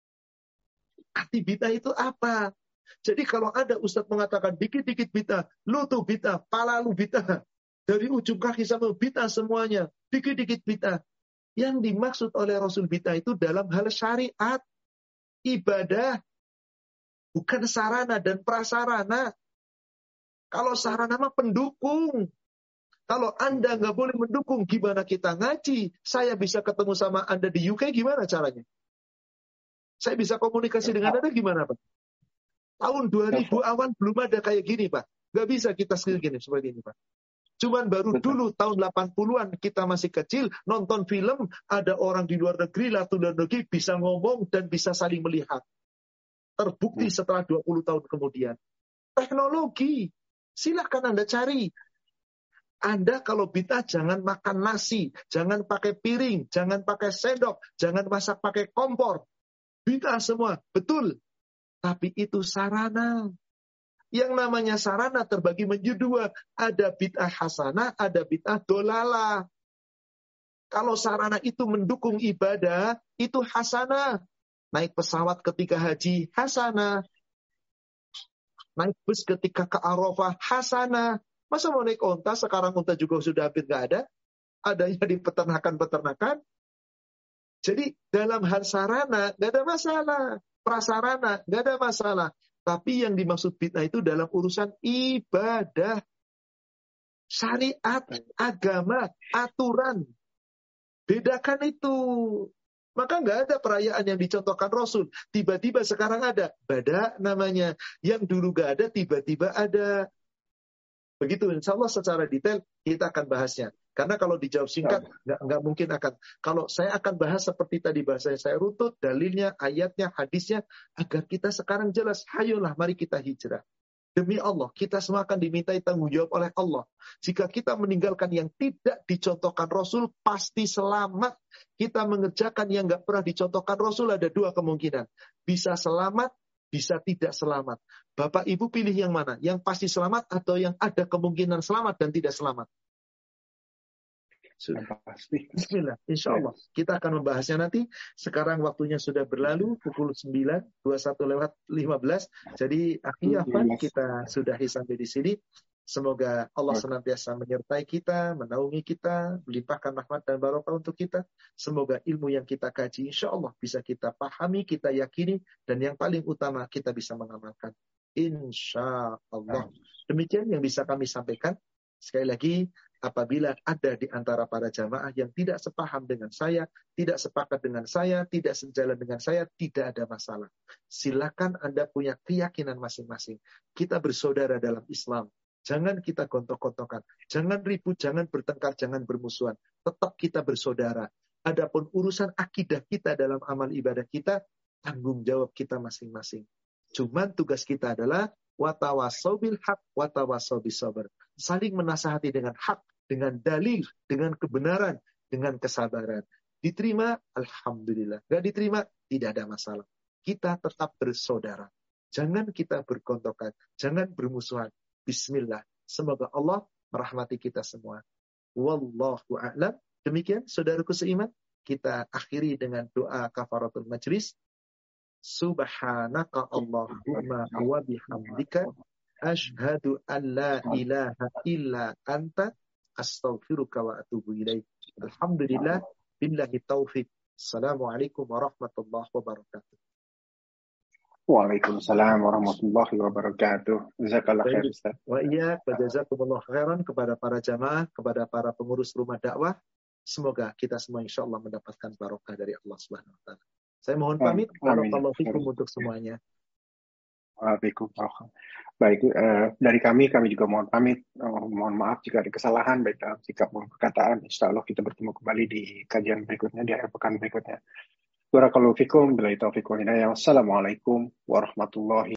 Arti bid'ah itu apa? Jadi kalau ada Ustadz mengatakan dikit-dikit bid'ah, lu tuh bid'ah, pala lu bid'ah. Dari ujung kaki sampai bid'ah semuanya. Dikit-dikit bid'ah. Yang dimaksud oleh Rasul bid'ah itu dalam hal syariat. Ibadah. Bukan sarana dan prasarana. Kalau sarana mah pendukung. Kalau Anda nggak boleh mendukung, gimana kita ngaji? Saya bisa ketemu sama Anda di UK, gimana caranya? Saya bisa komunikasi dengan Anda gimana, Pak? Tahun 2000 awal belum ada kayak gini, Pak. Nggak bisa kita segini seperti ini, Pak. Cuman baru dulu tahun 80-an kita masih kecil, nonton film, ada orang di luar negeri, luar negeri bisa ngomong dan bisa saling melihat. Terbukti setelah 20 tahun kemudian. Teknologi, silakan Anda cari. Anda kalau bid'ah jangan makan nasi, jangan pakai piring, jangan pakai sendok, jangan masak pakai kompor. Bid'ah semua, betul. Tapi itu sarana. Yang namanya sarana terbagi menjadi dua. Ada bid'ah hasanah, ada bid'ah dolalah. Kalau sarana itu mendukung ibadah, itu hasanah. Naik pesawat ketika haji, hasanah. Naik bus ketika ke Arafah, hasanah. Masa mau naik onta, sekarang onta juga sudah hampir nggak ada. Adanya di peternakan-peternakan. Jadi dalam hal sarana, nggak ada masalah. Prasarana, nggak ada masalah. Tapi yang dimaksud bid'ah itu dalam urusan ibadah, syariat, agama, aturan. Bedakan itu. Maka nggak ada perayaan yang dicontohkan Rasul. Tiba-tiba sekarang ada. Bada namanya. Yang dulu nggak ada, tiba-tiba ada. Begitu, insya Allah secara detail kita akan bahasnya. Karena kalau dijawab singkat, nggak mungkin akan. Kalau saya akan bahas seperti tadi bahasanya, saya rutut dalilnya, ayatnya, hadisnya, agar kita sekarang jelas. Hayolah, mari kita hijrah. Demi Allah, kita semua akan dimintai tanggung jawab oleh Allah. Jika kita meninggalkan yang tidak dicontohkan Rasul, pasti selamat. Kita mengerjakan yang nggak pernah dicontohkan Rasul, ada dua kemungkinan. Bisa selamat, bisa tidak selamat. Bapak Ibu pilih yang mana? Yang pasti selamat atau yang ada kemungkinan selamat dan tidak selamat? Sudah. Bismillah, insya Allah. Kita akan membahasnya nanti. Sekarang waktunya sudah berlalu, pukul 9:21:15. Jadi, akhirnya kita sudahi sampai di sini. Semoga Allah senantiasa menyertai kita, menaungi kita, melimpahkan rahmat dan barokah untuk kita. Semoga ilmu yang kita kaji, insya Allah bisa kita pahami, kita yakini, dan yang paling utama kita bisa mengamalkan. Insya Allah. Demikian yang bisa kami sampaikan. Sekali lagi, apabila ada di antara para jamaah yang tidak sepaham dengan saya, tidak sepakat dengan saya, tidak sejalan dengan saya, tidak ada masalah. Silakan Anda punya keyakinan masing-masing. Kita bersaudara dalam Islam. Jangan kita gontok-gontokan. Jangan ribut, jangan bertengkar, jangan bermusuhan. Tetap kita bersaudara. Adapun urusan akidah kita dalam amal ibadah kita, tanggung jawab kita masing-masing. Cuman tugas kita adalah watawasau bil haq, watawasau bis sabr. Saling menasihati dengan hak, dengan dalil, dengan kebenaran, dengan kesabaran. Diterima, alhamdulillah. Gak diterima, tidak ada masalah. Kita tetap bersaudara. Jangan kita bergontokan, jangan bermusuhan. Bismillah. Semoga Allah merahmati kita semua. Wallahu a'lam. Demikian saudaraku seiman, kita akhiri dengan doa kafaratul majlis. Subhanaka Allahumma wa bihamdika asyhadu an la ilaha illa anta astaghfiruka wa atubu ilaik. Alhamdulillah billahi taufik. Assalamualaikum warahmatullahi wabarakatuh. Waalaikumsalam warahmatullahi wabarakatuh. Jazakallah khair, Ustaz. Wa iyyak wa jazakumullah khairan kepada para jamaah, kepada para pengurus rumah dakwah. Semoga kita semua insyaallah mendapatkan barokah dari Allah Subhanahu wa taala. Saya mohon pamit. Barakallahu fikum untuk semuanya. Waalaikumsalam. Baik, dari kami juga mohon pamit. Mohon maaf jika ada kesalahan baik dalam sikap maupun perkataan. Insyaallah kita bertemu kembali di kajian berikutnya, di akhir pekan berikutnya. Barakallahu fikum. Billahi taufiq wal hidayah. Wassalamualaikum warahmatullahi